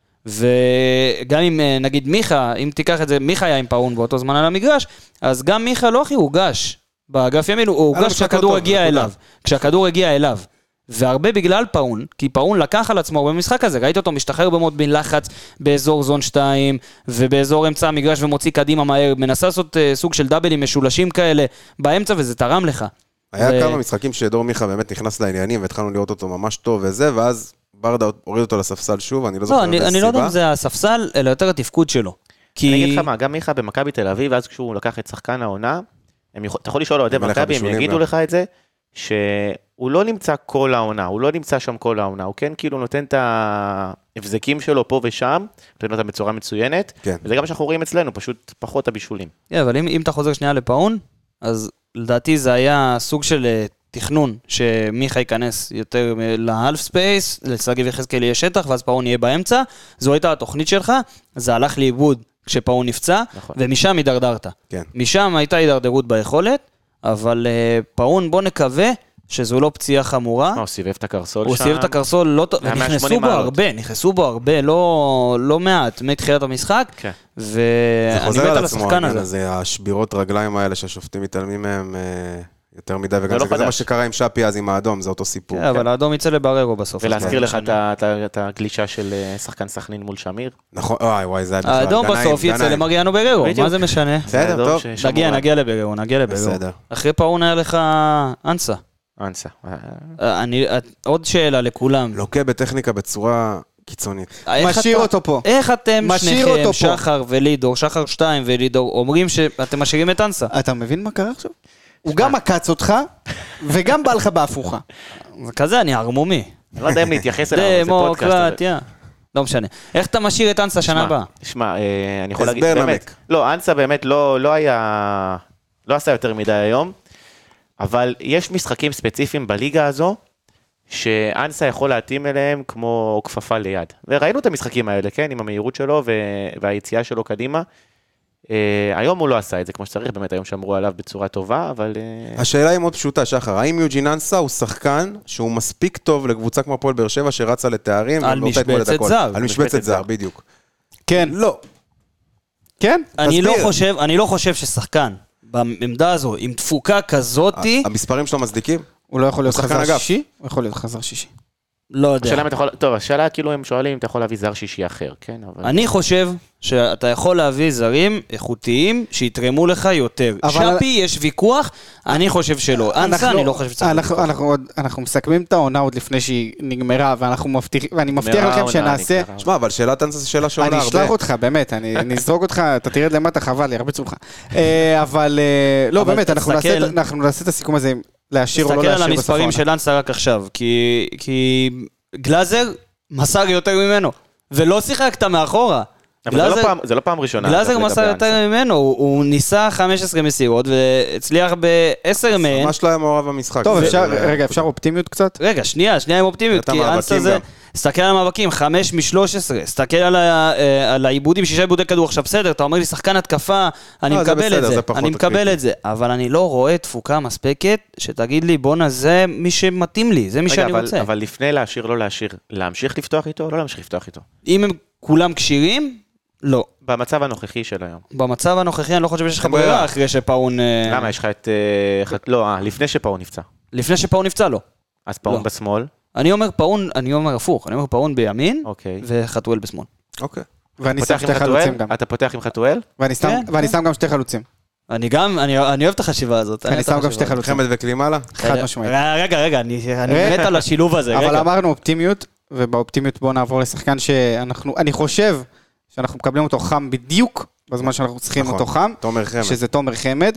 וגם אם נגיד מיכה, אם תיקח את זה, מיכה היה עם פאון באותו זמן על המגרש, אז גם מיכה לא הכי הורגש באגף ימין, הוא הורגש כשהכדור הגיע אליו. והרבה בגלל פאון, כי פאון לקח על עצמו במשחק הזה, ראית אותו משתחרר במות בין לחץ באזור זון 2, ובאזור אמצע המגרש ומוציא קדימה מהר, מנסה לעשות סוג של דאבלים משולשים כאלה באמצע, וזה תרם לך. היה כמה משחקים שדור מיכה באמת נכנס לעניינים, והתחלנו לראות אותו ממש טוב וזה, ואז ברדה הוריד אותו לספסל שוב, אני לא זוכר איזה סיבה. אני לא יודע אם זה הספסל, אלא יותר התפקוד שלו. אני אגיד לך מה, גם מיכה במכבי תל אביב, ואז כשהוא לקח את שחקן העונה, אתה יכול לשאול אוהדי מכבי, הם יגידו לך את זה, שהוא לא נמצא כל העונה, הוא לא נמצא שם כל העונה, הוא כן כאילו נותן את ההבזקים שלו פה ושם, נותן אותם בצורה מצוינת, וזה גם שאנחנו רואים אצלנו, פשוט פחות הבישולים. אבל אם אתה חוזר שנייה לפאון, אז לדעתי זה היה סוג של תכנון, שמיכה ייכנס יותר להלף ספייס, לסגיב יחזקאל יהיה שטח, ואז פאון יהיה באמצע, זו הייתה התוכנית שלך, זה הלך לאיבוד כשפאון נפצע, ומשם הידרדרת. משם הייתה הידרדרות ביכולת, אבל פאון בוא נקווה שזו לא פציעה חמורה. הוא סיבב את הקרסול שם. הוא סיבב את הקרסול, נכנסו בו הרבה, לא מעט, מתחילת המשחק, ואני מת על השחקן הזה. זה השבירות רגליים האלה שהשופטים מתעלמים מהם יותר מדי, וגם זה מה שקרה עם שפי אז עם האדום, זה אותו סיפור. אבל האדום יצא לבררו בסוף. ולהזכיר לך את הגלישה של שחקן סכנין מול שמיר. נכון, וואי, זה היה בכלל. האדום בסוף יצא למריאנו בררו, מה זה משנה? בסדר, טוב. נגיע לבררו. בסדר. אחרי פאון היה לך אנסה. עוד שאלה לכולם. לוקה בטכניקה בצורה קיצונית. משאיר אותו פה. איך אתם שניכם, שחר ולידור, שחר 2 ולידור, אומרים שאתם משאירים את אנסה? אתה מבין מה קרה עכשיו? הוא גם מקץ אותך, וגם בא לך בהפוכה. זה כזה, אני ערמומי. אני לא יודע אם להתייחס אליו, זה פודקאסט. דמוקרטיה. לא משנה. איך אתה משאיר את אנסה שנה הבאה? תשמע, אני יכול להגיד, באמת, לא, אנסה באמת לא היה, לא עשה יותר מדי היום, אבל יש משחקים ספציפיים בליגה הזו, שאנסה יכול להתאים אליהם כמו כפפה ליד. וראינו את המשחקים האלה, כן, עם המהירות שלו והיציאה שלו קדימה. היום הוא לא עשה את זה כמו שצריך, באמת היום שמרו עליו בצורה טובה, אבל... השאלה היא מאוד פשוטה, שחר, האם יוג'ין אנסה הוא שחקן שהוא מספיק טוב לקבוצה כמו הפועל באר שבע שרצה לתארים? על משבצת זר. על משבצת זר, בדיוק. כן. לא. כן? אני לא חושב ששחקן בעמדה הזו, עם תפוקה כזאתי... המספרים שלו מצדיקים? הוא לא יכול להיות חזר שישי? הוא יכול להיות חזר שישי. לא יודע. טוב, השאלה כאילו הם שואלים אם אתה יכול להביא זר שישי אחר, כן? אני חושב שאתה יכול להביא זרים איכותיים שיתרמו לך יותר. שפי יש ויכוח, אני חושב שלא. אנסה, אני לא חושב שצריך. אנחנו מסכמים את העונה עוד לפני שהיא נגמרה, ואני מבטיח לכם שנעשה... שמע, אבל שאלת אנסה זה שאלה שעולה הרבה. אני אשלח אותך, באמת, אני אזרוק אותך, אתה תרד למטה, חבל, ירבצו לך. אבל, לא, באמת, אנחנו נעשה את הסיכום הזה להשאיר או לא להשאיר בסוף. תסתכל על המספרים של אנסה רק עכשיו, כי גלאזר מסר יותר ממנו, ולא שיחקת מאחורה. זה לא פעם ראשונה. גלאזר מסר יותר ממנו, הוא ניסה 15 מסירות, והצליח ב10 מהן. ממש לא היה מעורב במשחק. טוב, רגע, אפשר אופטימיות קצת? רגע, שנייה עם אופטימיות, כי אנסה זה... סתכל על המאבקים, 5 מ-13, סתכל על העיבודים, 6 עיבודי כדור, עכשיו בסדר, אתה אומר לי שחקן התקפה, אני מקבל את זה, אבל אני לא רואה תפוקה מספקת, שתגיד לי בונה זה מי שמתאים לי, זה מי שאני רוצה. אבל לפני להשאיר, לא להשאיר, להמשיך לפתוח איתו, לא להמשיך לפתוח איתו. אם הם כולם קשירים, לא. במצב הנוכחי של היום. במצב הנוכחי אני לא חושב שיש לך ברירה אחרי שפאון... למה, יש לך את... לא, לפני שפאון נפצע. לפני שפאון נפצע, לא. אז פאון בשמאל. אני אומר הפוך, אני אומר פאון בימין, וחתואל בשמאל. אוקיי. ואני שם שתי חלוצים גם. אתה פותח עם חתואל? ואני שם גם שתי חלוצים. אני אוהב את החשיבה הזאת. אני שם גם שתי חלוצים. חמד וקלימאלה? חד משמעית. רגע, אני מת על השילוב הזה. אבל אמרנו אופטימיות, ובאופטימיות בואו נעבור לשחקן אני חושב שאנחנו מקבלים אותו חם בדיוק, בזמן שאנחנו צריכים אותו חם. תומר חמד. שזה תומר חמד,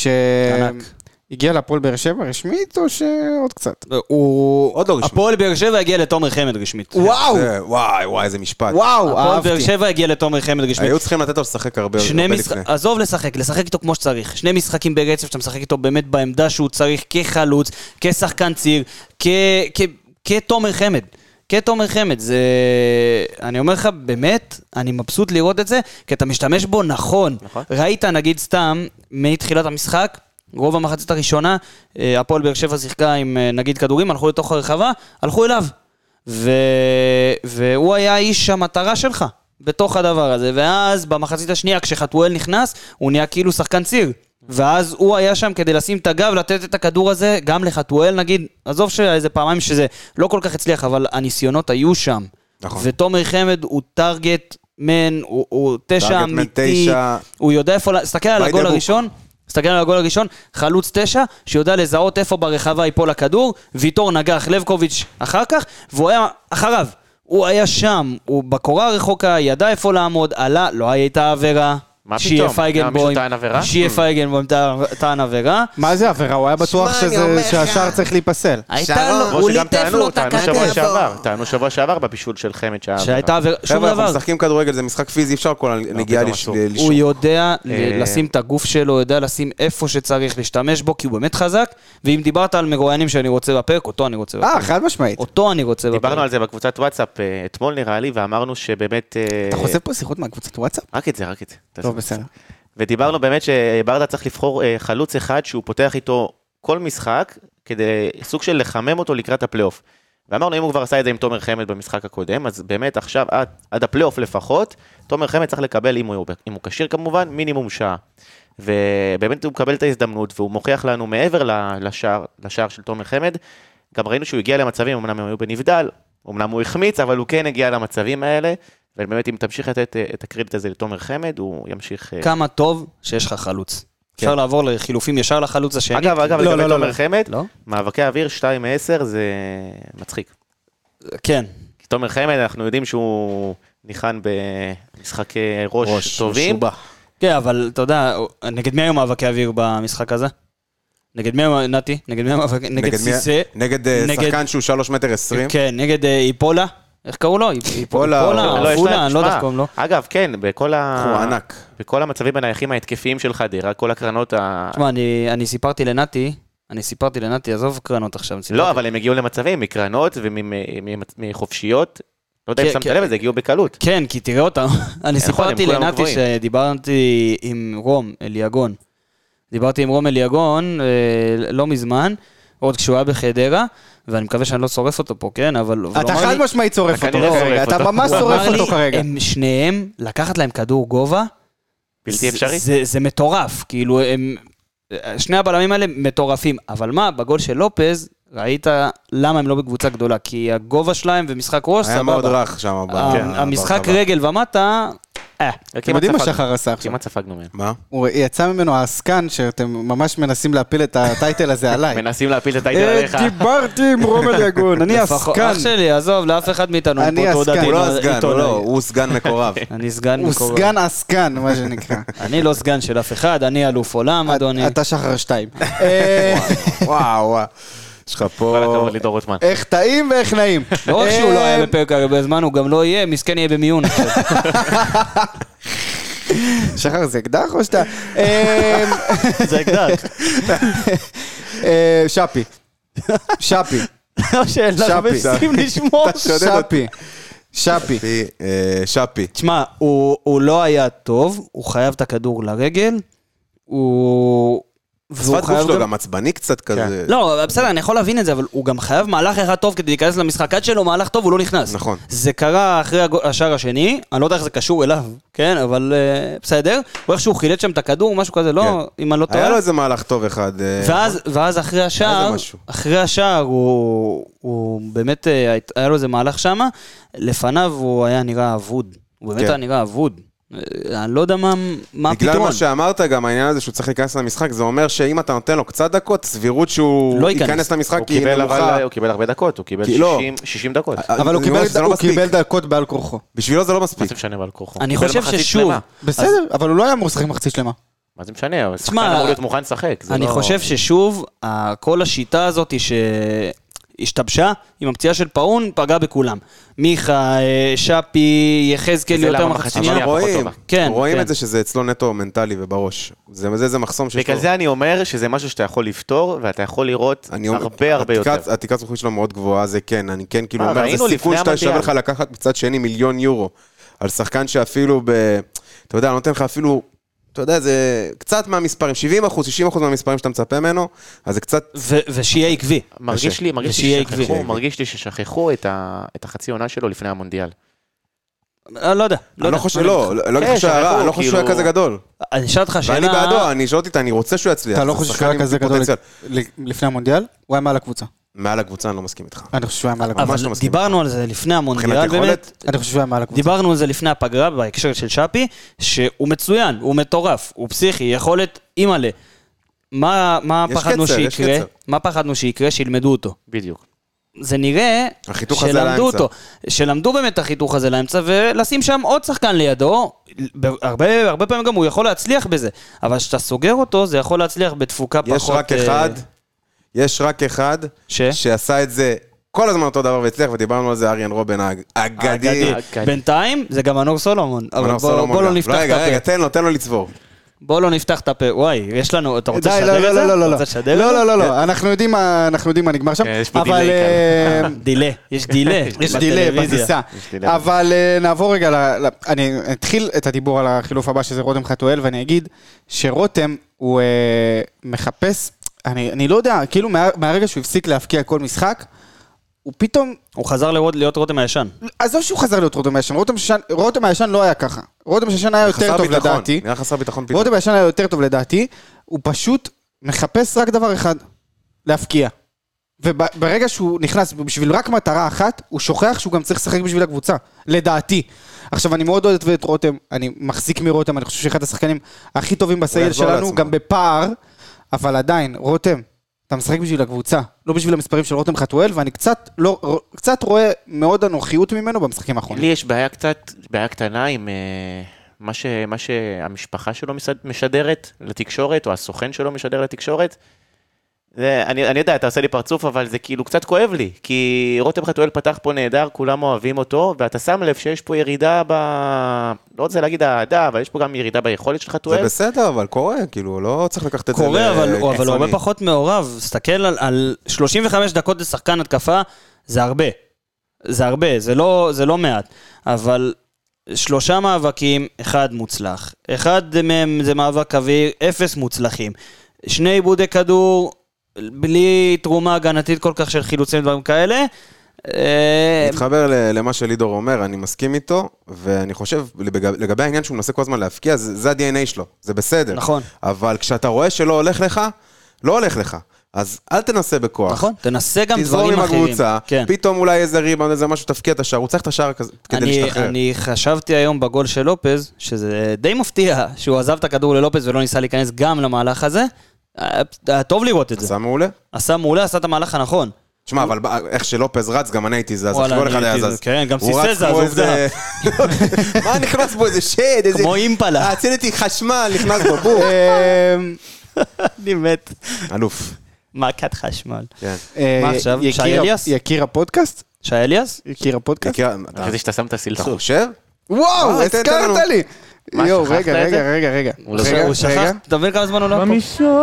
הגיע לפועל באר שבע רשמית, או שעוד קצת? עוד לא רשמית. הפועל באר שבע הגיע לתומר חמד רשמית. וואו, איזה משפט. וואו, הפועל באר שבע הגיע לתומר חמד רשמית. היו צריכים לתת לו לשחק הרבה לפני. עזוב לשחק איתו כמו שצריך. 2 משחקים ברצף שאתה משחק איתו באמת בעמדה שהוא צריך כחלוץ, כשחקן ציר, כתומר חמד. כתומר חמד, זה... אני אומר לך, באמת, אני מבסוט לראות את זה, כי אתה משתמש בו נכון. ראית, נגיד סתם, מתחילת המשחק, רוב המחצית הראשונה, הפועל באר שבע שיחקה עם נגיד כדורים, הלכו לתוך הרחבה, הלכו אליו. והוא היה איש המטרה שלך, בתוך הדבר הזה. ואז במחצית השנייה, כשחתואל נכנס, הוא נהיה כאילו שחקן ציר. ואז הוא היה שם כדי לשים את הגב, לתת את הכדור הזה, גם לחתואל נגיד, עזוב שאיזה פעמיים שזה לא כל כך הצליח, אבל הניסיונות היו שם. נכון. ותומר חמד הוא טרגט מן, הוא 9 אמיתי, הוא יודע איפה, תסתכל על הגול הראשון, חלוץ 9, שיודע לזהות איפה ברחבה ייפול הכדור, ויטור נגח, לבקוביץ' אחר כך, והוא היה אחריו, הוא היה שם, הוא בקורה הרחוקה, ידע איפה לעמוד, עלה, לא הייתה עבירה, מה פתאום? שיהיה פייגנבוים טען עבירה. מה זה עבירה? הוא היה בטוח שהשאר צריך להיפסל. הוא ליטף לו את הכתף. טענו שבוע שעבר בפישול של חמד שהייתה עבירה. שום דבר. אנחנו משחקים כדורגל, זה משחק פיזי, אפשר כל נגיעה לשאול. הוא יודע לשים את הגוף שלו, יודע לשים איפה שצריך להשתמש בו, כי הוא באמת חזק, ואם דיברת על מרואיינים שאני רוצה בפרק, אותו אני רוצה בפרק. חד משמעית. אותו אני רוצה בפרק. דיברנו על זה בקבוצת וואטסאפ אתמול נראה לי, ואמרנו שבאמת... אתה חושף פה שיחות מהקבוצת וואטסאפ? רק את זה. טוב, בסדר. ודיברנו באמת שברדה צריך לבחור חלוץ אחד שהוא פותח איתו כל משחק, כדי סוג של לחמם אותו לקראת הפלייאוף. ואמרנו, אם הוא כבר עשה את זה עם תומר חמד במשחק הקודם, אז באמת עכשיו, עד הפלייאוף לפחות, תומר חמד צריך לקבל, אם הוא קשיר כמובן, מינימום שעה. ובאמת הוא מקבל את ההזדמנות, והוא מוכיח לנו מעבר לשער של תומר חמד, גם ראינו שהוא הגיע למצבים, אמנם הם היו בנבדל, אמנם הוא החמיץ, אבל הוא כן הגיע למצבים האלה, ובאמת אם תמשיך לתת את הקרדיט הזה לתומר חמד, הוא ימשיך... כמה טוב שיש לך חלוץ. אפשר לעבור לחילופים ישר לחלוץ השני. אגב, לגבי תומר חמד, מאבקי אוויר 2-10 זה מצחיק. כן. כי תומר חמד, אנחנו יודעים שהוא ניחן במשחקי ראש טובים. כן, אבל אתה יודע, נגד מי היו מאבקי אוויר במשחק הזה? נגד מי היו, נתי? נגד מי היו מאבקי? נגד סיסה? נגד שחקן שהוא 3.20 מטר. כן, נגד איפולה. איך קראו לו? איפולה, אופולה, אני לא יודע קוראים לו. אגב, כן, בכל המצבים הנייחים ההתקפיים של חדרה, כל הקרנות תשמע, אני סיפרתי לנתי, עזוב קרנות עכשיו. לא, אבל הם הגיעו למצבים, מקרנות ומחופשיות, לא יודע אם שמת לב, זה הגיעו בקלות. כן, כי תראה אותם. אני סיפרתי לנתי שדיברתי עם רום אליאגון. לא מזמן, עוד כשהוא היה בחדרה, ואני מקווה שאני לא שורף אותו פה, כן? אבל... אתה חד משמעית שורף אותו כרגע, אתה ממש שורף אותו כרגע. הם שניהם, לקחת להם כדור גובה, בלתי אפשרי. זה מטורף, כאילו שני הבלמים האלה מטורפים, אבל מה, בגול של לופז, ראית למה הם לא בקבוצה גדולה, כי הגובה שלהם ומשחק ראש, היה מאוד רך שם. המשחק רגל ומטה, אתם יודעים מה שחר עשה עכשיו? כמעט ספגנו מהם. מה? הוא יצא ממנו העסקן שאתם ממש מנסים להפיל את הטייטל הזה עליי. מנסים להפיל את הטייטל עליך. דיברתי עם רום אליאגון, אני הסקן. אח שלי, עזוב, לאף אחד מאיתנו. אני הסקן. הוא לא הסגן, הוא סגן מקורב. אני סגן הוא מקורב. סגן הסקן, מה שנקרא. אני לא סגן של אף אחד, אני אלוף עולם, אדוני. אתה שחר 2. וואו. יש לך פה... כל הכבוד לידור רוטמן. איך טעים ואיך נעים. לא רק שהוא לא היה בפרק הרבה זמן, הוא גם לא יהיה, מסכן יהיה במיון. שחר, זה אקדח או שאתה... זה אקדח. שפי. שאלה מנסים לשמור. שפי. תשמע, הוא לא היה טוב, הוא חייב את הכדור לרגל, השפת גוף שלו גם עצבני קצת כזה. לא, בסדר, אני יכול להבין את זה, אבל הוא גם חייב מהלך אחד טוב כדי להיכנס למשחק. עד שלו מהלך טוב, הוא לא נכנס. נכון. זה קרה אחרי השער השני, אני לא יודע איך זה קשור אליו, כן, אבל בסדר. הוא איך שהוא חילט שם את הכדור, משהו כזה, לא, אם אני לא טועה. היה לו איזה מהלך טוב אחד. ואז אחרי השער, הוא באמת, היה לו איזה מהלך שם, לפניו הוא היה נראה אבוד. הוא באמת היה נראה אבוד. אני לא יודע מה הפתרון. בגלל מה שאמרת גם, העניין הזה שהוא צריך להיכנס למשחק, זה אומר שאם אתה נותן לו קצת דקות, סבירות שהוא ייכנס למשחק כי היא נמוכה. הוא קיבל הרבה דקות, הוא קיבל 60 דקות. אבל הוא קיבל דקות בעל כורחו. בשבילו זה לא מספיק. מה זה משנה בעל כורחו? אני חושב ששוב... בסדר, אבל הוא לא היה אמור לשחק מחצי שלמה. מה זה משנה? אבל שחקן אמור להיות מוכן לשחק. אני חושב ששוב, כל השיטה הזאת השתבשה עם הפציעה של פאון, פגעה בכולם. מיכה, שפי, יחזקאל יותר מחציניה. רואים את זה שזה אצלו נטו מנטלי ובראש. זה מחסום שיש לו. בגלל זה אני אומר שזה משהו שאתה יכול לפתור, ואתה יכול לראות הרבה יותר. התקרת זכוכית שלו מאוד גבוהה, זה כן. אני כן כאילו אומר, זה סיכון שאתה שווה לך לקחת מצד שני €1,000,000 על שחקן שאפילו אתה יודע, נותן לך אפילו... אתה יודע, זה קצת מהמספרים, 70%, 60% מהמספרים שאתה מצפה ממנו, אז זה קצת... ושיהיה עקבי. מרגיש לי ששכחו את החצי עונה שלו לפני המונדיאל. לא יודע. אני לא חושב שהוא היה כזה גדול. אני אשאל אותך שאלה... ואני בעדו, אני שואל אותי, אני רוצה שהוא יצליח. אתה לא חושב שהוא היה כזה גדול לפני המונדיאל? הוא היה מעל הקבוצה. מעל הקבוצה אני לא מסכים איתך. אני חושב שהוא היה מעל הקבוצה. אבל דיברנו על זה לפני המונדיאל באמת. אני חושב שהוא היה מעל הקבוצה. דיברנו על זה לפני הפגרה בהקשר של שפי, שהוא מצוין, הוא מטורף, הוא פסיכי, יכולת אימאלה. מה פחדנו שיקרה? מה פחדנו שיקרה? שילמדו אותו. בדיוק. זה נראה שלמדו באמת החיתוך הזה לאמצע, ולשים שם עוד שחקן לידו, הרבה פעמים גם הוא יכול להצליח בזה, אבל כשאתה סוגר אותו, זה יכול להצליח בתפוקה פחות... יש רק אחד שעשה את זה כל הזמן אותו דבר והצליח, ודיברנו על זה אריאן רובן האגדי. בינתיים זה גם מנור סולומון, אבל בוא לא נפתח את הפה. רגע, תן לו לצבור. בוא לא נפתח את הפה, וואי, יש לנו, אתה רוצה לשדר את זה? לא, אנחנו יודעים מה נגמר שם, אבל... יש דילי בטיסה, אבל נעבור רגע, אני אתחיל את הדיבור על החילוף הבא שזה רותם חתואל, ואני אגיד שרותם הוא מחפש, אני לא יודע, כאילו מהרגע שהוא הפסיק להפקיע כל משחק, הוא פתאום... הוא חזר להיות רותם הישן. עזוב שהוא חזר להיות רותם הישן, רותם הישן לא היה ככה. רותם השנה היה יותר טוב לדעתי. נראה חסר ביטחון פתאום. רותם השנה היה יותר טוב לדעתי, הוא פשוט מחפש רק דבר אחד, להפקיע. וברגע שהוא נכנס בשביל רק מטרה אחת, הוא שוכח שהוא גם צריך לשחק בשביל הקבוצה, לדעתי. עכשיו, אני מאוד אוהד את רותם, אני מחזיק מרותם, אני חושב שאחד השחקנים הכי טובים בסגל שלנו, גם בפער, אבל עדיין, רותם, אתה משחק בשביל הקבוצה, לא בשביל המספרים של רותם חתואל, ואני קצת רואה מאוד הנוחיות ממנו במשחקים האחרונים. לי יש בעיה קטנה עם מה שהמשפחה שלו משדרת לתקשורת, או הסוכן שלו משדר לתקשורת. אני יודע, אתה עושה לי פרצוף, אבל זה כאילו קצת כואב לי, כי רותם חתואל פתח פה נהדר, כולם אוהבים אותו, ואתה שם לב שיש פה ירידה לא רוצה להגיד העדה, אבל יש פה גם ירידה ביכולת של חתואל. זה בסדר, אבל קורה, כאילו, לא צריך לקחת את זה קורה, אבל הוא הרבה פחות מעורב. סתכל על 35 דקות לשחקן התקפה, זה הרבה. זה לא מעט. אבל 3 מאבקים, 1 מוצלח. 1 מהם זה מאבק אוויר, 0 מוצלחים. 2 עיבודי כדור, בלי תרומה הגנתית כל כך של חילוצים ודברים כאלה. מתחבר למה שלידור אומר, אני מסכים איתו, ואני חושב, לגבי העניין שהוא מנסה כל הזמן להפקיע, זה ה-DNA שלו, זה בסדר. נכון. אבל כשאתה רואה שלא הולך לך, לא הולך לך. אז אל תנסה בכוח. נכון, תנסה גם תזרום דברים עם אחרים. הקבוצה, פתאום אולי איזה ריבאונד, איזה משהו, תפקיע את השער, הוא צריך את השער כדי להשתחרר. אני חשבתי היום בגול של לופז, שזה די מפתיע, שהוא עזב את הכדור ללופז ולא ניסה להיכנס גם למהלך הזה. טוב לראות את זה. עשה מעולה? עשה מעולה, עשה את המהלך הנכון. תשמע, אבל איך שלופז רץ, גם אני הייתי זז, כל אחד היה זז. כן, גם סיסה זז, עובדה. מה נכנס בו, איזה שד, איזה... כמו אימפלה. הצלתי חשמל, נכנס בו, בוא. אני מת. אלוף. מכת חשמל. כן. מה עכשיו? שי אליאס? יקיר הפודקאסט? שי אליאס? יקיר הפודקאסט? אחרי זה שאתה שם את אתה הסלסול. חושב? וואו, הזכרת לי. יואו, רגע. הוא שכח, אתה מבין כמה זמן הוא לא פה?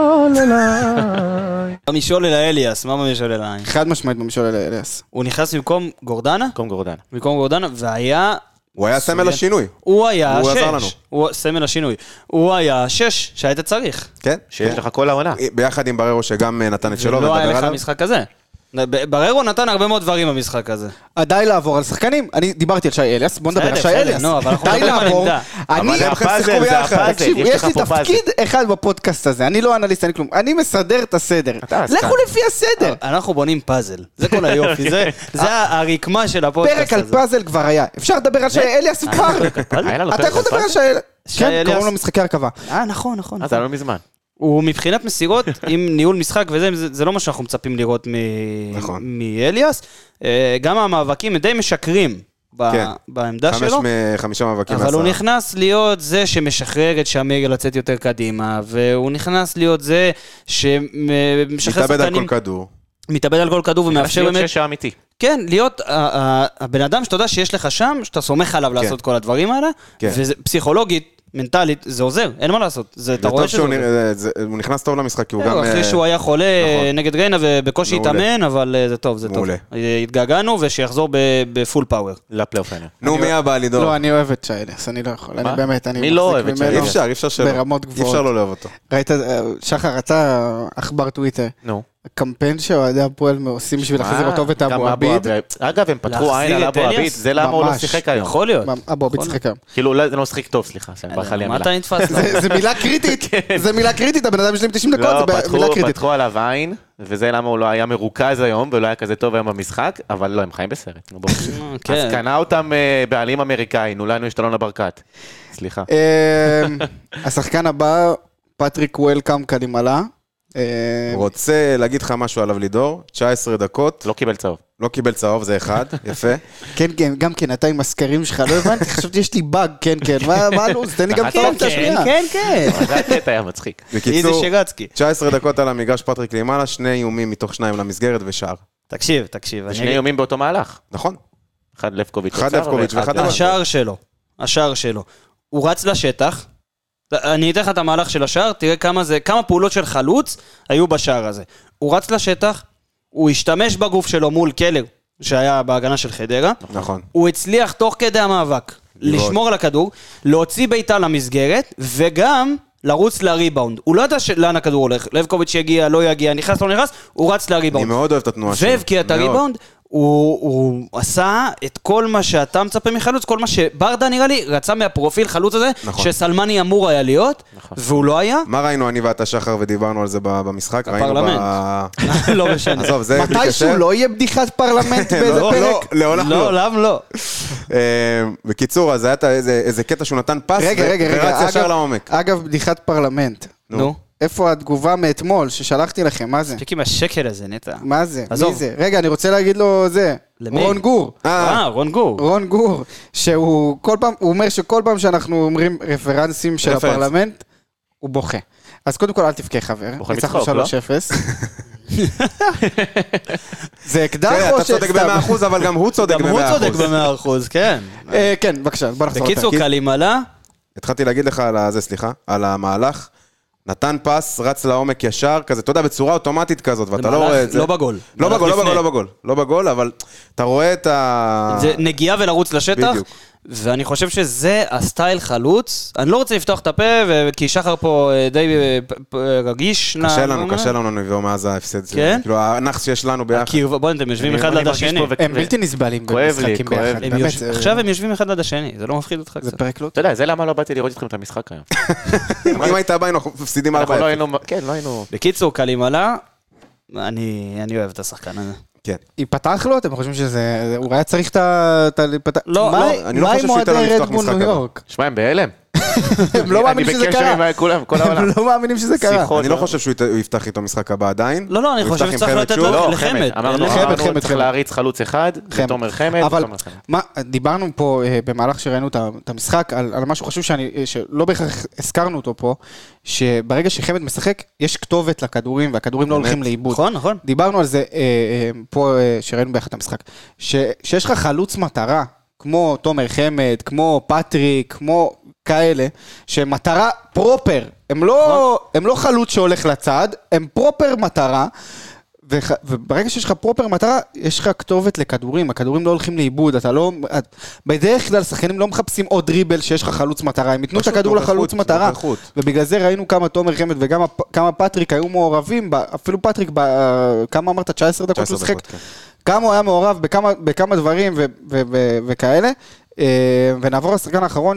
במשול אל האליאס, מה במשול אל העין? חד משמעית במשול אל האליאס. הוא נכנס במקום גורדנה? במקום גורדנה, והיה... הוא היה סמל השינוי. הוא היה 6. הוא עזר לנו. הוא סמל השינוי. הוא היה 6 שהיית צריך. כן. שיש לך כל העונה. ביחד עם בררו שגם נתן את שלו. לא היה לך משחק כזה. בררו נתן הרבה מאוד דברים במשחק הזה. די לעבור על שחקנים, אני דיברתי על שי אליאס, בוא נדבר על שי אליאס. די לעבור, זה הפאזל. תקשיב, יש לי תפקיד אחד בפודקאסט הזה, אני לא אנליסט, אני כלום, אני מסדר את הסדר, לכו לפי הסדר. אנחנו בונים פאזל, זה כל היופי, זה הרקמה של הפודקאסט הזה. פרק על פאזל כבר היה, אפשר לדבר על שי אליאס כבר? אתה יכול לדבר על שי אליאס? כן, קוראים לו משחקי הרכבה. נכון. אז זה לא מזמן. הוא מבחינת מסירות, עם ניהול משחק וזה, זה לא מה שאנחנו מצפים לראות מאליאס. גם המאבקים די משקרים בעמדה שלו. 5 מאבקים. אבל הוא נכנס להיות זה שמשחרר את שמיר לצאת יותר קדימה, והוא נכנס להיות זה שמשחרר מתאבד על כל כדור. מתאבד על כל כדור ומאפשר באמת... להיות שש האמיתי. כן, להיות הבן אדם שאתה יודע שיש לך שם, שאתה סומך עליו לעשות כל הדברים האלה, ופסיכולוגית, מנטלית, זה עוזר, אין מה לעשות. אתה רואה שזה עוזר. הוא נכנס טוב למשחק, כי הוא גם... אחרי שהוא היה חולה נגד ריינה ובקושי התאמן, אבל זה טוב, זה טוב. התגעגענו ושיחזור בפול פאוור. לפלייאוף העניין. נו, מי הבא לידור? לא, אני אוהב את שי אליאס, אני לא יכול. אני באמת, אני מי לא אוהב את שי אליאס? אפשר שלא. ברמות גבוהות. אי אפשר לא לאהוב אותו. ראית, שחר רצה עכבר טוויטר. נו. הקמפיין שאוהדי הפועל עושים בשביל להחזיר אותו ואת אבו עביד. אגב, הם פתחו עין על אבו עביד, זה למה הוא לא שיחק היום. יכול להיות. אבו עביד שיחק היום. כאילו, זה לא שיחק טוב, סליחה, ברכה לי מה המילה. אתה נתפס? זה מילה קריטית, זה מילה קריטית, הבן אדם משלים 90 דקות, לא, זה מילה קריטית. פתחו עליו עין, וזה למה הוא לא היה מרוכז היום, ולא היה כזה טוב היום במשחק, אבל לא, הם חיים בסרט. אז קנה אותם בעלים אמריקאי, לנו יש תלון הברקת. סליחה. השחקן הבא, פטריק וולקאם קדימלה. רוצה להגיד לך משהו עליו לידור, 19 דקות. לא קיבל צהוב. לא קיבל צהוב, זה אחד, יפה. כן, גם כן, אתה עם הסקרים שלך, לא הבנתי, חשבתי יש לי באג, כן, מה לוז, תן לי גם טוב את השנייה. כן. זה הקטע היה מצחיק. בקיצור, 19 דקות על המגרש פטריק לימאלה, 2 איומים מתוך 2 למסגרת ושער. תקשיב. 2 איומים באותו מהלך. נכון. אחד לבקוביץ' ואחד השער שלו. הוא רץ לשטח, אני אתן לך את המהלך של השער, תראה כמה פעולות של חלוץ היו בשער הזה. הוא רץ לשטח, הוא השתמש בגוף שלו מול קלר, שהיה בהגנה של חדרה. נכון. הוא הצליח תוך כדי המאבק, לשמור על הכדור, להוציא ביתה למסגרת, וגם לרוץ לריבאונד. הוא לא ידע לאן הכדור הולך, לבקוביץ' יגיע, לא יגיע, נכנס, לא נכנס, הוא רץ לריבאונד. אני מאוד אוהב את התנועה שלו. והבקיע את הריבאונד, הוא עשה את כל מה שאתה מצפה מחלוץ, כל מה שברדה נראה לי רצה מהפרופיל חלוץ הזה, שסלמני אמור היה להיות, והוא לא היה. מה ראינו אני ואתה שחר ודיברנו על זה במשחק? הפרלמנט. ראינו לא משנה. עזוב, זה בלי מתי שהוא לא יהיה בדיחת פרלמנט באיזה פרק? לעולם לא. בקיצור, אז היה איזה קטע שהוא נתן פס, ורץ ישר לעומק. אגב, בדיחת פרלמנט. נו. איפה התגובה מאתמול ששלחתי לכם? מה זה? מספיק עם השקל הזה, נטע. מה זה? מי זה? רגע, אני רוצה להגיד לו זה. למי? רון גור. רון גור. רון גור, שהוא כל פעם, הוא אומר שכל פעם שאנחנו אומרים רפרנסים של הפרלמנט, הוא בוכה. אז קודם כל אל תבכה חבר. בוכה מצחוק, לא? 3-0. זה אקדח או אתה צודק ב-100%, אבל גם הוא צודק ב-100%. גם הוא צודק ב-100%, כן. כן, בבקשה, בוא נחזור. בקיצור, קלימלה. התחלתי להגיד לך על זה, סליחה, על המהלך. נתן פס, רץ לעומק ישר, כזה, אתה יודע, בצורה אוטומטית כזאת, ואתה לא רואה את זה. לא בגול. לא בגול, אבל אתה רואה את ה... זה נגיעה ולרוץ לשטח, בדיוק. ואני חושב שזה הסטייל חלוץ. אני לא רוצה לפתוח את הפה, כי שחר פה די רגיש. קשה לנו נביאו מאז ההפסד. כן? כאילו, הנחס שיש לנו ביחד. בואו, אתם יושבים אחד ליד השני. הם בלתי נסבלים במשחקים ביחד. עכשיו הם יושבים אחד ליד השני, זה לא מפחיד אותך זה קצת. פרק לא... אתה יודע, זה למה לא באתי לראות איתכם את המשחק היום. אם היית הבא, היינו מפסידים 4-0. כן, לא היינו... בקיצור, קלימלה, אני אוהב את השחקן הזה. כן. ייפתח לו? אתם חושבים שזה... הוא היה צריך את ה... לא, אני לא חושב שהוא ייתן לו לפתוח משחק הבא. שמע, הם בהלם. הם לא מאמינים שזה קרה. אני בקשר עם כולם, כל העולם. הם לא מאמינים שזה קרה. אני לא חושב שהוא יפתח איתו משחק הבא עדיין. לא, אני חושב שצריך לתת לו לא, לחמד. אמרנו, צריך להריץ חלוץ אחד, ותומר חמד. אבל מה, דיברנו פה במהלך שראינו את המשחק על משהו חשוב שלא בהכרח הזכרנו אותו פה, שברגע שחמד משחק, יש כתובת לכדורים, והכדורים לא הולכים לאיבוד. נכון. דיברנו על זה פה שראינו ביחד את המשחק, שיש לך חלוץ מטרה, כמו תומר חמד, כמו פטריק, כמו כאלה, שמטרה פרופר, הם לא חלוץ שהולך לצד, הם פרופר מטרה, וברגע שיש לך פרופר מטרה, יש לך כתובת לכדורים, הכדורים לא הולכים לאיבוד, אתה לא, בדרך כלל שחקנים לא מחפשים עוד דריבל שיש לך חלוץ מטרה, הם ייתנו את הכדור לחלוץ מטרה, ובגלל זה ראינו כמה תומר חמד וגם כמה פטריק היו מעורבים, אפילו פטריק, כמה אמרת, 19 דקות הוא שחק, כמה הוא היה מעורב בכמה דברים וכאלה, ונעבור לשחקן האחרון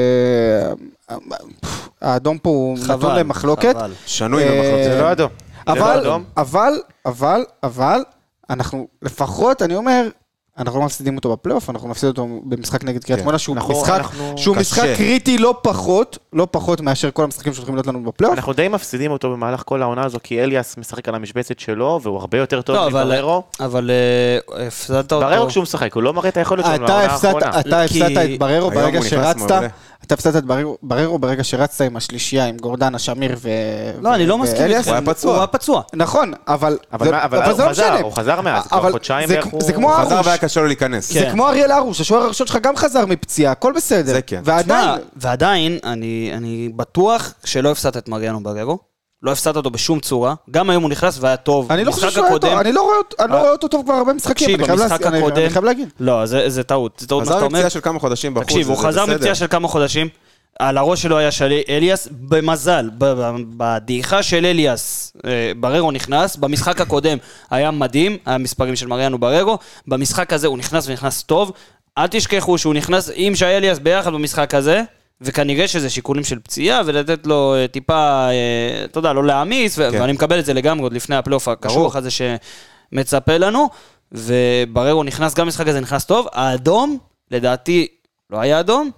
שהאדום פה הוא נתון למחלוקת. שנוי למחלוקת. זה לא אדום. אבל, אנחנו לפחות, אני אומר, אנחנו לא מפסידים אותו בפלייאוף, אנחנו נפסיד אותו במשחק נגד קריית שמונה, שהוא משחק קריטי לא פחות מאשר כל המשחקים שהולכים להיות לנו בפלייאוף. אנחנו די מפסידים אותו במהלך כל העונה הזו, כי אליאס משחק על המשבצת שלו, והוא הרבה יותר טוב מבררו. אבל הפסדת אותו. בררו כשהוא משחק, הוא לא מראה את היכולת שלו לעונה האחרונה. אתה הפסדת את בררו ברגע שרצת, אתה הפסדת את בררו ברגע שרצת עם השלישייה, עם גורדנה, שמיר ואליאס. לא, אני לא מסכים. הוא היה פצוע. נכון, אבל הוא חזר מאז, כבר חודשיים בערך הוא חזר והיה קשה לו להיכנס. זה כמו אריאל ארוש, השוער הראשון שלך גם חזר מפציעה, הכל בסדר. זה כן. ועדיין, אני בטוח שלא הפסדת את מריאנו בררו. לא הפסדת אותו בשום צורה, גם היום הוא נכנס והיה טוב. אני לא חושב שהוא היה טוב, אני לא רואה אותו טוב כבר הרבה משחקים, אני חייב להגיד. לא, זה טעות, זה טעות מה שאתה אומר. חזר מפציעה של כמה חודשים בחוץ, תקשיב, הוא חזר מפציעה של כמה חודשים, על הראש שלו היה של אליאס, במזל, בדעיכה של אליאס, בררו נכנס, במשחק הקודם היה מדהים, המספרים של מריאנו בררו, במשחק הזה הוא נכנס ונכנס טוב, אל תשכחו שהוא נכנס עם שי אליאס ביחד במשחק הזה, וכנראה שזה שיקולים של פציעה, ולתת לו טיפה, אתה יודע, לא להעמיס, ואני מקבל את זה לגמרי עוד לפני הפלייאוף הקשוח הזה שמצפה לנו, ובררו נכנס, גם משחק הזה נכנס טוב, האדום, לדעתי, לא היה אדום,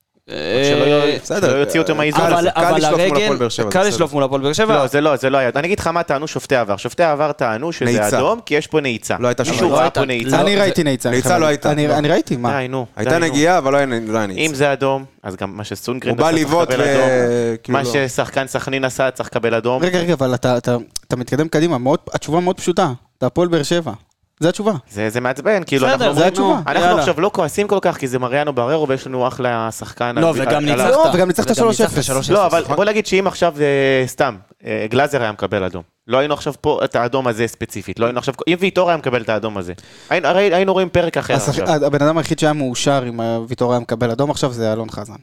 שלא יוציא אותו מהאיזון הזה. אבל הרגל, קל לשלוף מול הפועל באר שבע. לא, זה לא היה. אני אגיד לך מה טענו שופטי העבר. שופטי העבר טענו שזה אדום, כי יש פה נעיצה. לא הייתה מישהו ראה פה נעיצה. אני ראיתי נעיצה. נעיצה לא הייתה. אני ראיתי, מה? הייתה נגיעה, אבל לא היה נעיצה. אם זה אדום, אז גם מה שסונגרן עשה צריך לקבל אדום. מה ששחקן סכנין עשה צריך לקבל אדום. רגע, אבל אתה מתקדם קדימה. התשובה מאוד פשוטה. אתה הפועל באר שבע. זה התשובה. זה מעצבן, כאילו אנחנו עכשיו לא כועסים כל כך, כי זה מריאנו בררו, ויש לנו אחלה שחקן. לא, וגם ניצחת 3-0. לא, אבל בוא נגיד שאם עכשיו סתם, גלאזר היה מקבל אדום. לא היינו עכשיו פה את האדום הזה ספציפית, לא היינו עכשיו, אם ויטור היה מקבל את האדום הזה. היינו רואים פרק אחר עכשיו. הבן אדם היחיד שהיה מאושר אם ויטור היה מקבל אדום עכשיו, זה אלון חזן.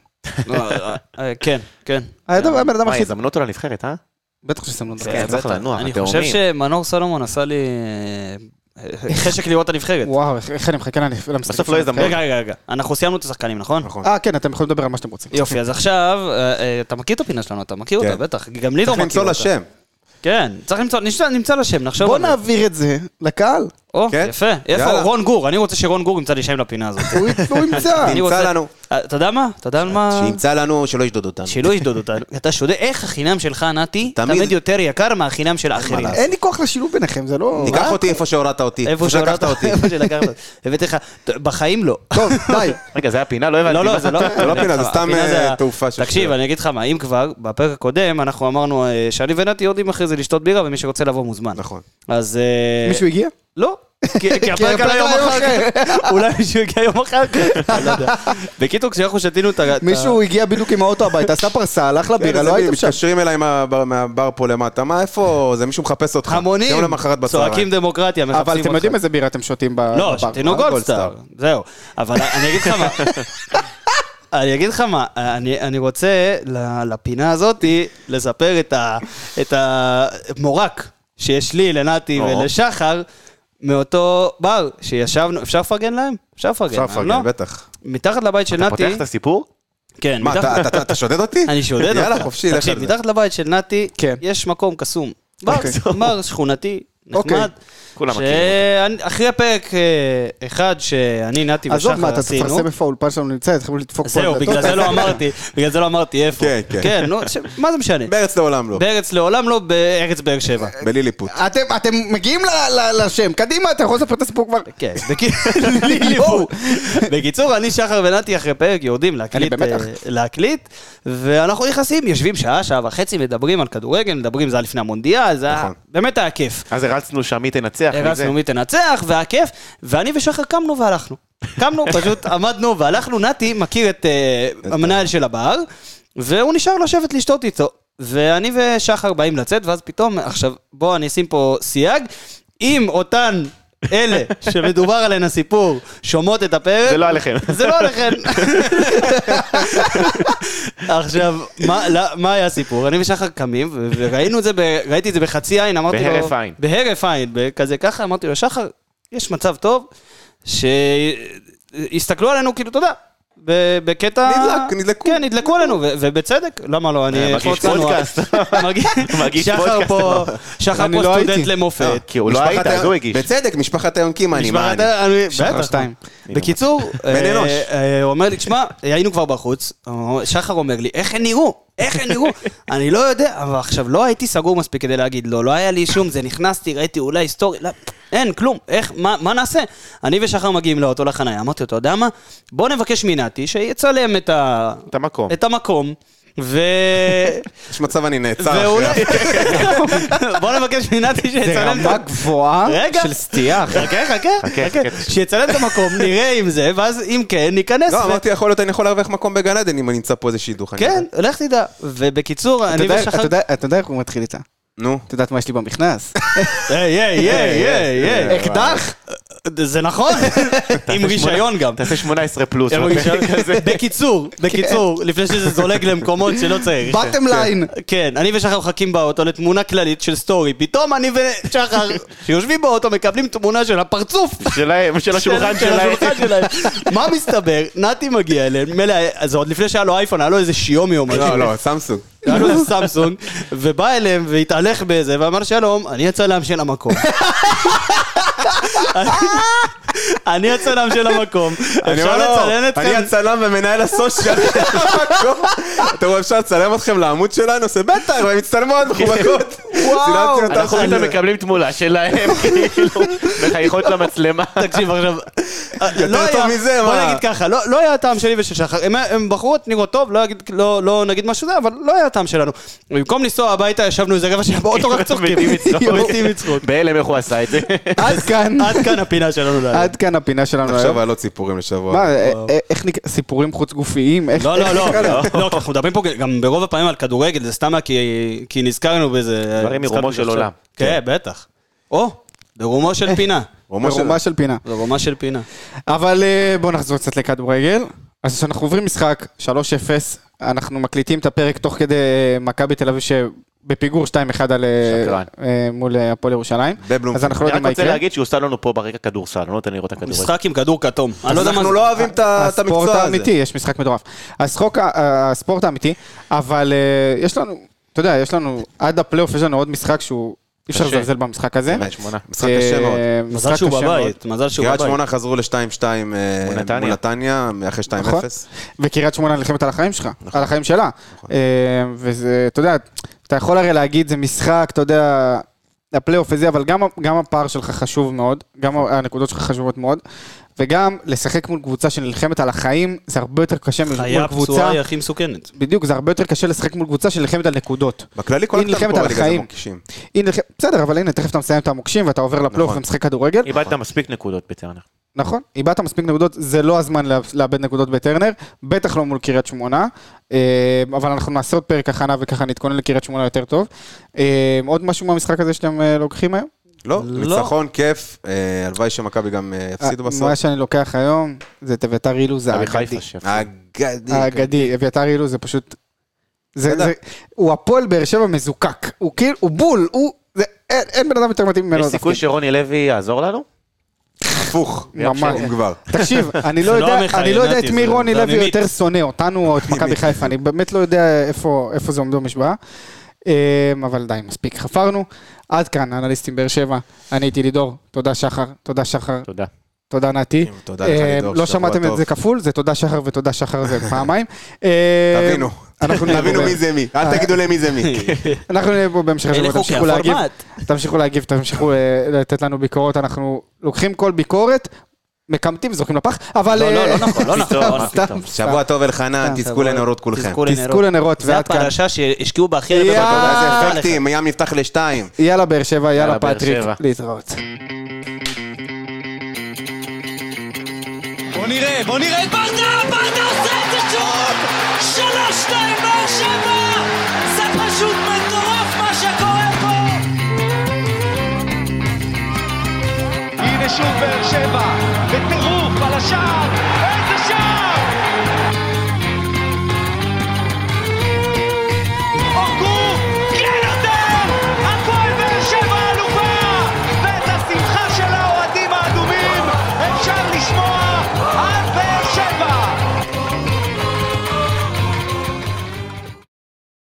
כן. מה, יזמנו אותו לנבחרת, בטח ששמנו אותו. צריך לנוע, אני חושב שמנור סולומון עשה לי חשק לראות את הנבחרת. וואו, איך אני מחכה למשחק. בסוף לא יזמנו. רגע. אנחנו סיימנו את השחקנים, נכון? כן, אתם יכולים לדבר על מה שאתם רוצים. יופי, אז עכשיו, אתה מכיר את הפינה שלנו, אתה מכיר אותה, בטח. גם לי לא מכיר אותה. צריך למצוא לשם. כן, צריך נמצא לשם, נחשוב בוא על זה. נעביר את זה לקהל. כן? יפה. איפה רון גור? אני רוצה שרון גור ימצא לי שם לפינה הזאת. הוא ימצא. ימצא לנו. אתה יודע מה? אתה יודע על מה? שימצא לנו, שלא ישדוד אותנו. שלא ישדוד אותנו. אתה שודד, איך החינם שלך, נתי, תמיד. תמיד יותר יקר מהחינם של האחרים. אין לי כוח לשילוב ביניכם, זה לא... תיקח אותי איפה שהורדת אותי. איפה שלקחת אותי. איפה שלקחת אותי. הבאתי לך, בחיים לא. טוב, די. רגע, זה היה פינה? לא הבנתי. לא, זה לא. זה לא פינה, זה סתם הפינה זה תעופה של... תקשיב, אני אגיד לך מה, אם כבר, בפרק הקודם אנחנו אמרנו שאני ונתי יורדים אחרי זה לשתות בירה, ומי שרוצה לבוא מוזמן. נכון. אז... מישהו הגיע? לא. כי הפרק עלה יום אחר כך. אולי מישהו הגיע יום אחר כך. לא יודע. בקיצור, כשאנחנו שתינו את... מישהו הגיע בדיוק עם האוטו הביתה, עשה פרסה, הלך לבירה, לא הייתם שם. מתקשרים אליי מהבר פה למטה, מה, איפה? זה מישהו מחפש אותך. המונים, יום למחרת בצהריים. צועקים דמוקרטיה, מחפשים אותך. אבל אתם יודעים איזה בירה אתם שותים בבר. לא, שתינו גולדסטאר. זהו. אבל אני אגיד לך מה... אני אגיד לך מה, אני רוצה לפינה הזאת לספר את המורק שיש לי, לנתי ולשחר, מאותו בר שישבנו, אפשר לפרגן להם? אפשר לפרגן, בטח. מתחת לבית של נתי... אתה פותח את הסיפור? כן. מה, אתה שודד אותי? אני שודד אותך. יאללה, חופשי, לך על תקשיב, זה. מתחת לבית של נתי, יש מקום קסום. בר שכונתי, נחמד. כולם מכירים אחרי פרק אחד שאני, נתי עזוב, מה, ושחר אתה עשינו... תפרסם איפה האולפן שלנו נמצא, התחילו לדפוק פה. זהו, בגלל זה לא אמרתי איפה. כן, נו, מה זה משנה? בארץ לעולם לא. בארץ לעולם לא, בארץ באר שבע. בליליפוט. אתם מגיעים לשם, קדימה, אתה יכול לספר את הסיפור כבר. כן, בקיצור, אני, שחר ונתי אחרי פרק יורדים להקליט, ואנחנו נכנסים, יושבים שעה וחצי, מדברים על כדורגל, מדברים, זה היה לפני המונדיאל, זה באמת היה כיף. אז הרצנו שם מי תנצח. הרצנו מי תנצח, והיה כיף, ואני ושחר קמנו והלכנו. קמנו, פשוט עמדנו והלכנו, נתי מכיר את המנהל של הבר, והוא נשאר לשבת לשתות איתו. ואני ושחר באים לצאת, ואז פתאום, עכשיו בוא אני אשים פה סייג, אם אותן אלה שמדובר עליהן הסיפור שומעות את הפרק, זה לא עליכם. זה לא עליכם. עכשיו, מה היה הסיפור? אני ושחר קמים, וראינו את זה, ראיתי את זה בחצי עין, אמרתי לו... בהרף עין. בהרף עין, כזה ככה, אמרתי לו, שחר, יש מצב טוב, שיסתכלו עלינו, כאילו, תודה. בקטע... נדלקו. כן, נדלקו עלינו, ובצדק, למה לא? אני... מגיש פודקאסט. מגיש שחר פה, שחר פה סטודנט למופת. כי הוא לא היית, אז הוא הגיש. בצדק, משפחת היונקים, אני מה אני. בטח. בקיצור, הוא אומר לי, תשמע, היינו כבר בחוץ, שחר אומר לי, איך הם נראו? אני לא יודע, אבל עכשיו לא הייתי סגור מספיק כדי להגיד, לא היה לי שום, זה נכנסתי, ראיתי אולי היסטורי, אין, כלום, מה נעשה? אני ושחר מגיעים לאוטו לחניה, אמרתי, אתה יודע מה? בוא נבקש מנתי שיצלם את המקום, יש מצב אני נעצר. בוא נבקש מנתי שיצלם זה רמה גבוהה של סטייה. חכה, שיצלם את המקום, נראה אם זה, ואז אם כן, ניכנס. לא, אמרתי, יכול להיות, אני יכול להרוויח מקום בגן עדן אם אני נמצא פה איזה שידוך. כן, לך תדע. ובקיצור, אני ושחר... אתה יודע איך הוא מתחיל איתה? נו. אתה יודעת מה יש לי במכנס? אקדח? זה נכון, עם רישיון גם. תעשה 18 פלוס. בקיצור, לפני שזה זולג למקומות שלא צריך. בטם ליין. כן, אני ושחר מחכים באוטו לתמונה כללית של סטורי. פתאום אני ושחר, שיושבים באוטו, מקבלים תמונה של הפרצוף. שלהם, של השולחן שלהם. מה מסתבר? נתי מגיע אליהם, זה עוד לפני שהיה לו אייפון, היה לו איזה שיומי או משהו. לא, סמסונג. היה לו איזה סמסונג, ובא אליהם והתהלך בזה, ואמר שלום, אני יצא להמשל המקום. אני הצלם של המקום. אפשר לצלם אתכם? אני הצלם ומנהל הסושיאל של המקום. אתם רואים אפשר לצלם אתכם לעמוד שלנו? זה בטח, והם הצטלמו עוד מחובקות. וואו, אנחנו פתאום מקבלים תמונה שלהם, כאילו, מחייכות למצלמה. תקשיב עכשיו, יותר טוב מזה, בוא נגיד ככה, לא היה הטעם שלי ושל שחר, הם בחרו את נראות טוב, לא נגיד משהו זה, אבל לא היה הטעם שלנו. במקום לנסוע הביתה, ישבנו איזה רבע שעה באוטו רק צוחקים. מתים מצחוק. בהלם איך הוא עשה את זה. עד כאן הפינה שלנו. עד כאן הפינה שלנו. עכשיו היה לו ציפורים לשבוע. מה, איך סיפורים חוץ גופיים? לא, אנחנו מדברים פה גם ברוב הפעמים על כדורגל, זה סתם כי נזכרנו באיזה... דברים מרומו של עולם. כן, בטח. ברומו של פינה. ברומה של פינה. אבל בואו נחזור קצת לכדורגל. אז כשאנחנו עוברים משחק 3-0, אנחנו מקליטים את הפרק תוך כדי מכבי תל אביב בפיגור 2-1 מול הפועל ירושלים. אז אנחנו לא יודעים מה אני רק רוצה יקרה. להגיד שהוא עושה לנו פה ברקע כדורסל, אני לא נותן לראות את הכדורגל. משחק עם כדור כתום. אנחנו לא אוהבים את המקצוע הספורט הזה. האמיתי, יש משחק מטורף. הספורט האמיתי, אבל יש לנו, אתה יודע, יש לנו, עד הפלייאוף יש לנו עוד משחק שהוא, אי אפשר לזלזל במשחק הזה. משחק קשה מאוד. מזל שהוא בבית, מזל שהוא קריית בבית. שמונה חזרו ל-2-2 מול נתניה, אחרי 2-0. וקריית שמונה נלחמת על החיים שלך, על החיים שלה. וזה, אתה יודע, אתה יכול הרי להגיד, זה משחק, אתה יודע, הפלייאוף וזה, אבל גם הפער שלך חשוב מאוד, גם הנקודות שלך חשובות מאוד, וגם לשחק מול קבוצה שנלחמת על החיים, זה הרבה יותר קשה מול חיה קבוצה. פצועה היא הכי מסוכנת. בדיוק, זה הרבה יותר קשה לשחק מול קבוצה שנלחמת על נקודות. בכללי כל הקטן פה בליגה זה מוקשים. בסדר, אבל הנה, תכף אתה מסיים את המוקשים, ואתה עובר לפלייאוף ומשחק כדורגל. איבדת מספיק נקודות בטרנר. נכון, איבדת מספיק נקודות, זה לא הזמן לאבד נקודות בטרנר, בטח לא מול קריית שמונה, אבל אנחנו נעשה עוד פרק הכנה וככה נתכונן לקריית שמונה יותר טוב. עוד משהו מהמשחק הזה שאתם לוקחים היום? לא, ניצחון, כיף, הלוואי שמכבי גם יפסידו בסוף. מה שאני לוקח היום, זה את אביתר אילוז האגדי. האגדי, אביתר אילוז זה פשוט, הוא הפועל באר שבע מזוקק, הוא בול, אין בן אדם יותר מתאים ממנו. יש סיכוי שרוני לוי יעזור לנו? הפוך, כבר. תקשיב, אני לא יודע את מי רוני לוי יותר שונא, אותנו או את מכבי חיפה, אני באמת לא יודע איפה זה עומדו משוואה, אבל די, מספיק, חפרנו. עד כאן, אנליסטים באר שבע, אני הייתי לידור, תודה שחר, תודה שחר. תודה. תודה נתי. תודה לך לידור, לא שמעתם את זה כפול, זה תודה שחר ותודה שחר זה פעמיים. תבינו מי זה מי, אל תגידו לי מי זה מי. אנחנו נהיה פה בהמשך השבוע, תמשיכו להגיב, תמשיכו לתת לנו ביקורות, אנחנו לוקחים כל ביקורת, מקמטים וזוכים לפח, אבל... לא נכון. שבוע טוב אלחנן, תזכו לנרות כולכם. תזכו לנרות, זה הפרשה שהשקיעו בהכי הרבה בקודם. איזה אפקטים, ים נפתח ל2. יאללה באר שבע, יאללה פטריק, להתראות. בוא נראה, ברדה עושה את זה שוב! 3-2 באר שבע! זה פשוט מטורף מה שקורה פה! הנה שוב באר שבע, בטירוף על השער!